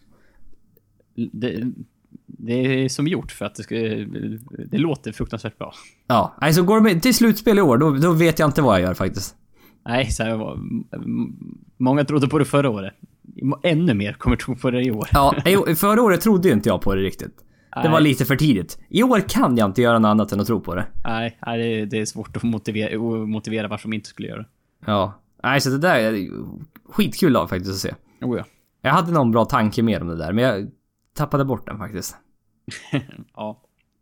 Det är som gjort för att det låter fruktansvärt bra. Ja, alltså går de till slutspel i år, då vet jag inte vad jag gör faktiskt. Nej, så här, många trodde på det förra året. Ännu mer kommer tro på det i år. Ja, förra året trodde ju inte jag på det riktigt. Det var lite för tidigt. I år kan jag inte göra något annat än att tro på det. Nej, det är svårt att motivera varför de inte skulle göra det. Ja, nej, så det där är skitkul lag faktiskt att se. Oh ja. Jag hade någon bra tanke med om det där, men jag tappade bort den faktiskt. Ja.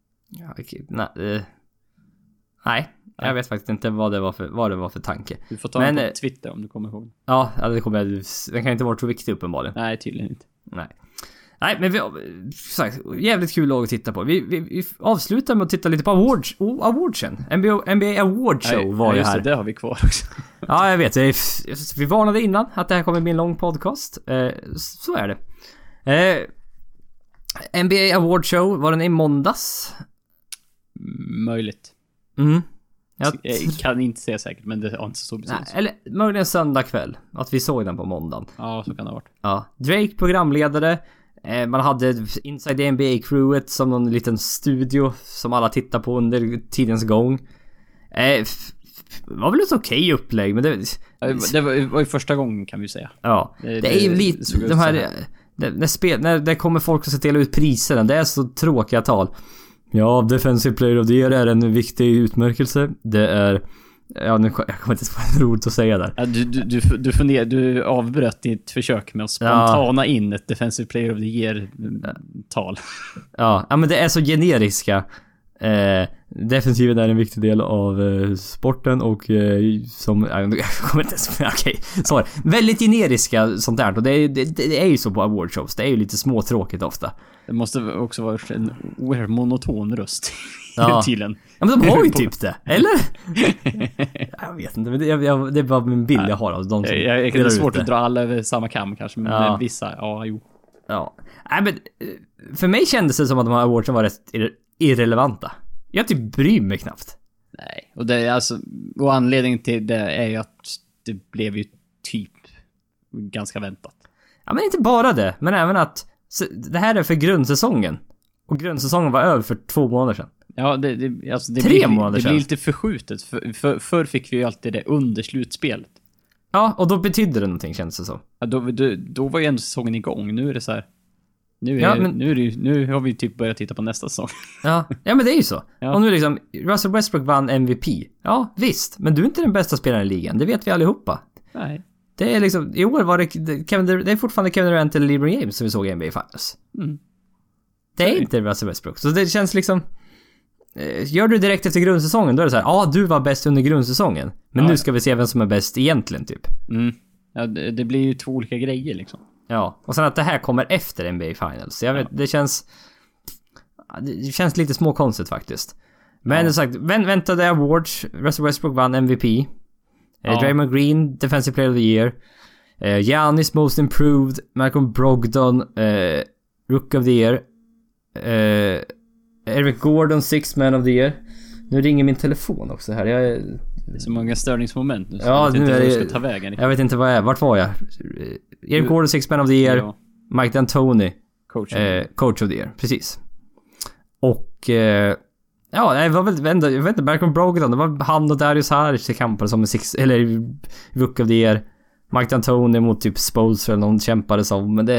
Nej, jag vet faktiskt inte vad det var för tanke. Du får ta den på Twitter om du kommer ihåg. Ja, det kommer jag. Den kan inte vara så viktig uppenbarligen. Nej, tydligen inte. Nej, men jävligt kul lag att titta på. Vi avslutar med att titta lite på awardsen. NBA Award Show var ju här. Det har vi kvar också. Ja, jag vet. Vi varnade innan att det här kommer bli en lång podcast. Så är det. NBA Award Show, var den i måndags? Möjligt. Jag kan inte säga säkert, men det har inte så betydelse. Eller möjligen söndag kväll. Att vi såg den på måndagen. Ja, så kan det ha varit. Ja. Drake programledare. Man hade Inside the NBA-crewet som någon liten studio som alla tittar på under tidens gång. Det var väl ett okej upplägg, men det var ju första gången kan vi säga. Ja, det är ju lite de här när det kommer folk att dela ut priserna. Det är så tråkiga tal. Ja, Defensive Player of the Year är en viktig utmärkelse. Det är... Ja, nu jag kommer inte få roligt att säga där. Ja, du avbröt ditt försök med att spontana in ett Defensive Player of the Year-tal. Ja, men det är så generiska. Defensiven är en viktig del av sporten och som... Jag kommer inte ens... Okej, sorry. Väldigt generiska sånt där. Och det är ju så på awardshows. Det är ju lite småtråkigt ofta. Det måste också vara en oerhört monoton röst. Ja. Tydligen. Ja, men de har ju typ det. Eller? Jag vet inte. Men det är bara min bild jag har av de som det är svårt att dra alla över samma kam kanske. Men vissa, ja, jo. Ja. Nej, men för mig kändes det som att de här awardsen var rätt irrelevanta. Jag typ bryr mig knappt. Nej, och det är alltså, och anledningen till det är ju att det blev ju typ ganska väntat. Ja, men inte bara det, men även att det här är för grundsäsongen. Och grundsäsongen var över för 2 månader sedan. Ja, alltså det 3 månader det sedan. blir lite förskjutet. Förr fick vi ju alltid det under slutspelet. Ja, och då betydde det någonting, känns det så. Ja, då var ju ändå säsongen igång. Nu är det så här. Nu har vi typ börjat titta på nästa säsong. Ja, men det är ju så. Ja. Och nu liksom, Russell Westbrook vann MVP. Ja, visst. Men du är inte den bästa spelaren i ligan. Det vet vi allihopa. Nej. Det är liksom, i år var det är fortfarande Kevin Durant eller LeBron James som vi såg i NBA Finals. Mm. Det är inte Russell Westbrook. Så det känns liksom, gör du direkt efter grundsäsongen, då är det så här, du var bäst under grundsäsongen. Men nu ska vi se vem som är bäst egentligen, typ. Mm. Ja, det blir ju 2 olika grejer liksom. Ja, och sen att det här kommer efter NBA Finals. Jag vet, det känns lite småkonstigt faktiskt. Men sagt, väntade awards. Russell Westbrook vann MVP. Draymond Green, Defensive Player of the Year. Giannis Most Improved. Malcolm Brogdon, Rookie of the Year. Eric Gordon, Sixth Man of the Year. Nu ringer min telefon också här. Det är så många störningsmoment nu. Ja, nu är det, ska ta vägen. Jag vet inte vad jag är. Vart var jag? Eric Gordon, Sixth Man of the Year. Ja. Mike D'Antoni, Coach of the Year. Precis. Och det var väl, jag vet inte, Malcolm Brogdon, det var han och Darius Harris i kampen som Rookie of the Year. Mike D'Antoni mot typ Spoelstra eller någon kämpade som, men det...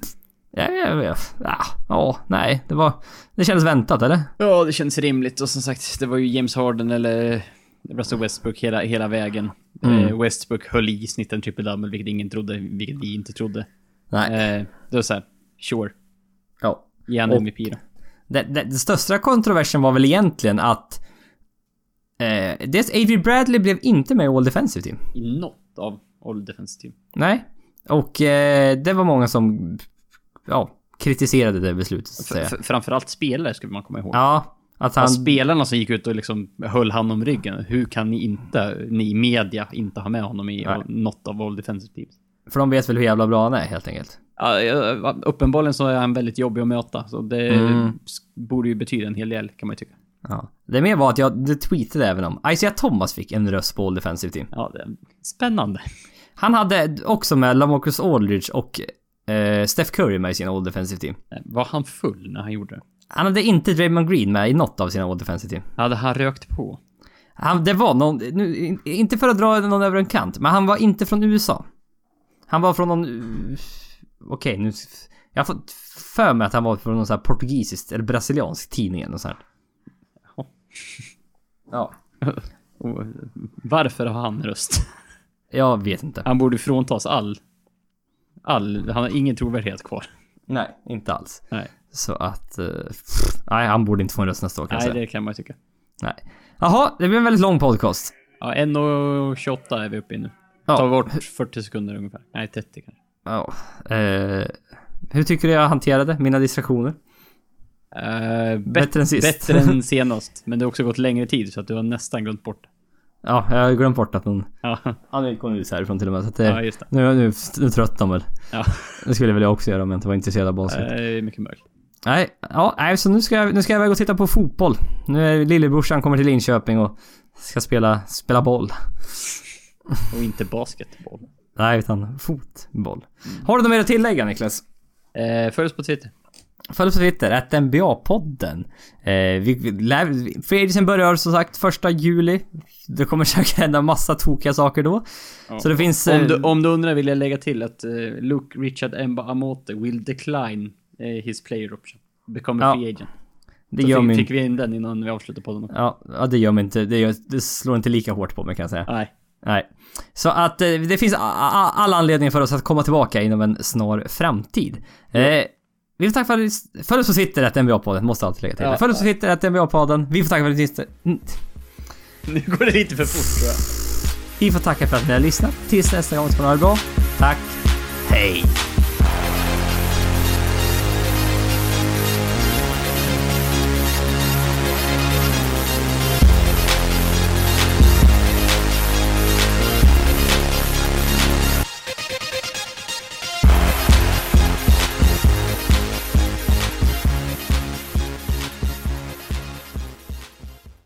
nej, det kändes väntat, eller? Ja, det känns rimligt. Och som sagt, det var ju James Harden eller Russell Westbrook hela vägen. Westbrook höll i snitten triple-double, vilket ingen trodde, vilket vi inte trodde. Nej. Det var såhär, sure. Ja. Ge han MVP då. Den största kontroversen var väl egentligen att Avery Bradley blev inte med i All Defensive Team. I något av All Defensive Team. Nej. Och det var många som kritiserade det beslutet, så att säga. Framförallt spelare skulle man komma ihåg. Ja, att han... spelarna som gick ut och liksom höll han om ryggen. Hur kan ni i media inte ha med honom i något av All Defensive Teams? För de vet väl hur jävla bra han är, helt enkelt. Ja, uppenbarligen så är han väldigt jobbig att möta. Så det borde ju betyda en hel del, kan man ju tycka. Ja. Det mer var att jag tweetade även om Isaiah Thomas fick en röst på All Defensive Team. Ja, det är spännande. Han hade också med LaMarcus Aldridge och Steph Curry med i sina All Defensive Team. Var han full när han gjorde det? Han hade inte Draymond Green med i något av sina All Defensive Team. Hade han rökt på? Det var någon... Nu, inte för att dra någon över en kant, men han var inte från USA. Han var från någon... Okej, nu... Jag har fått för mig att han var från någon sån här portugisisk eller brasiliansk tidning eller något sånt. Ja. Varför har han röst? Jag vet inte. Han borde fråntas all... Han har ingen trovärdighet kvar. Nej, inte alls. Nej. Så att... nej, han borde inte få en röst nästa år, kan jag säga. Nej, det kan man tycka. Nej. Jaha, det blir en väldigt lång podcast. Ja, 1:28 är vi uppe i nu. Ta bort 40 sekunder ungefär. Nej, 30 kanske. Ja. Hur tycker du jag hanterade mina distraktioner? Bättre än sist. Bättre än senast. Men det har också gått längre tid så att du har nästan glömt bort. Ja, jag har glömt bort att hon... Ja. Han är kommit ut härifrån till och med. Så att ja, just det. Nu tröttnar de väl. Ja. Det skulle väl jag också göra om jag inte var intresserad av basket. Det är mycket möjligt. Nej, så nu ska jag iväg och titta på fotboll. Nu är lillebrorsan kommer till Linköping och ska spela boll. Och inte basketboll. Nej, utan fotboll. Har du något mer att tillägga, Niklas? Följ oss på Twitter. Följ oss på Twitter, @NBA-podden. Fredriksen börjar som sagt 1 juli. Det kommer säkert hända massa tokiga saker då. Ja. Så det finns... Om du undrar vill jag lägga till att Luke Richard Amote will decline his player option. Become a free agent. Det gör fick vi in den innan vi avslutade podden. Ja, det gör mig inte. Det slår inte lika hårt på mig, kan jag säga. Nej. Så att det finns alla anledningar för oss att komma tillbaka inom en snar framtid. Vi får tacka för att... Följ oss på Twitter, NBA-podden. Måste alltid lägga till. Följ oss på Twitter, NBA-podden. Vi får tacka för att Nu går det lite för fort, tror jag. Vi får tacka för att ni har lyssnat. Tills nästa gång ska ni ha det bra. Tack. Hej.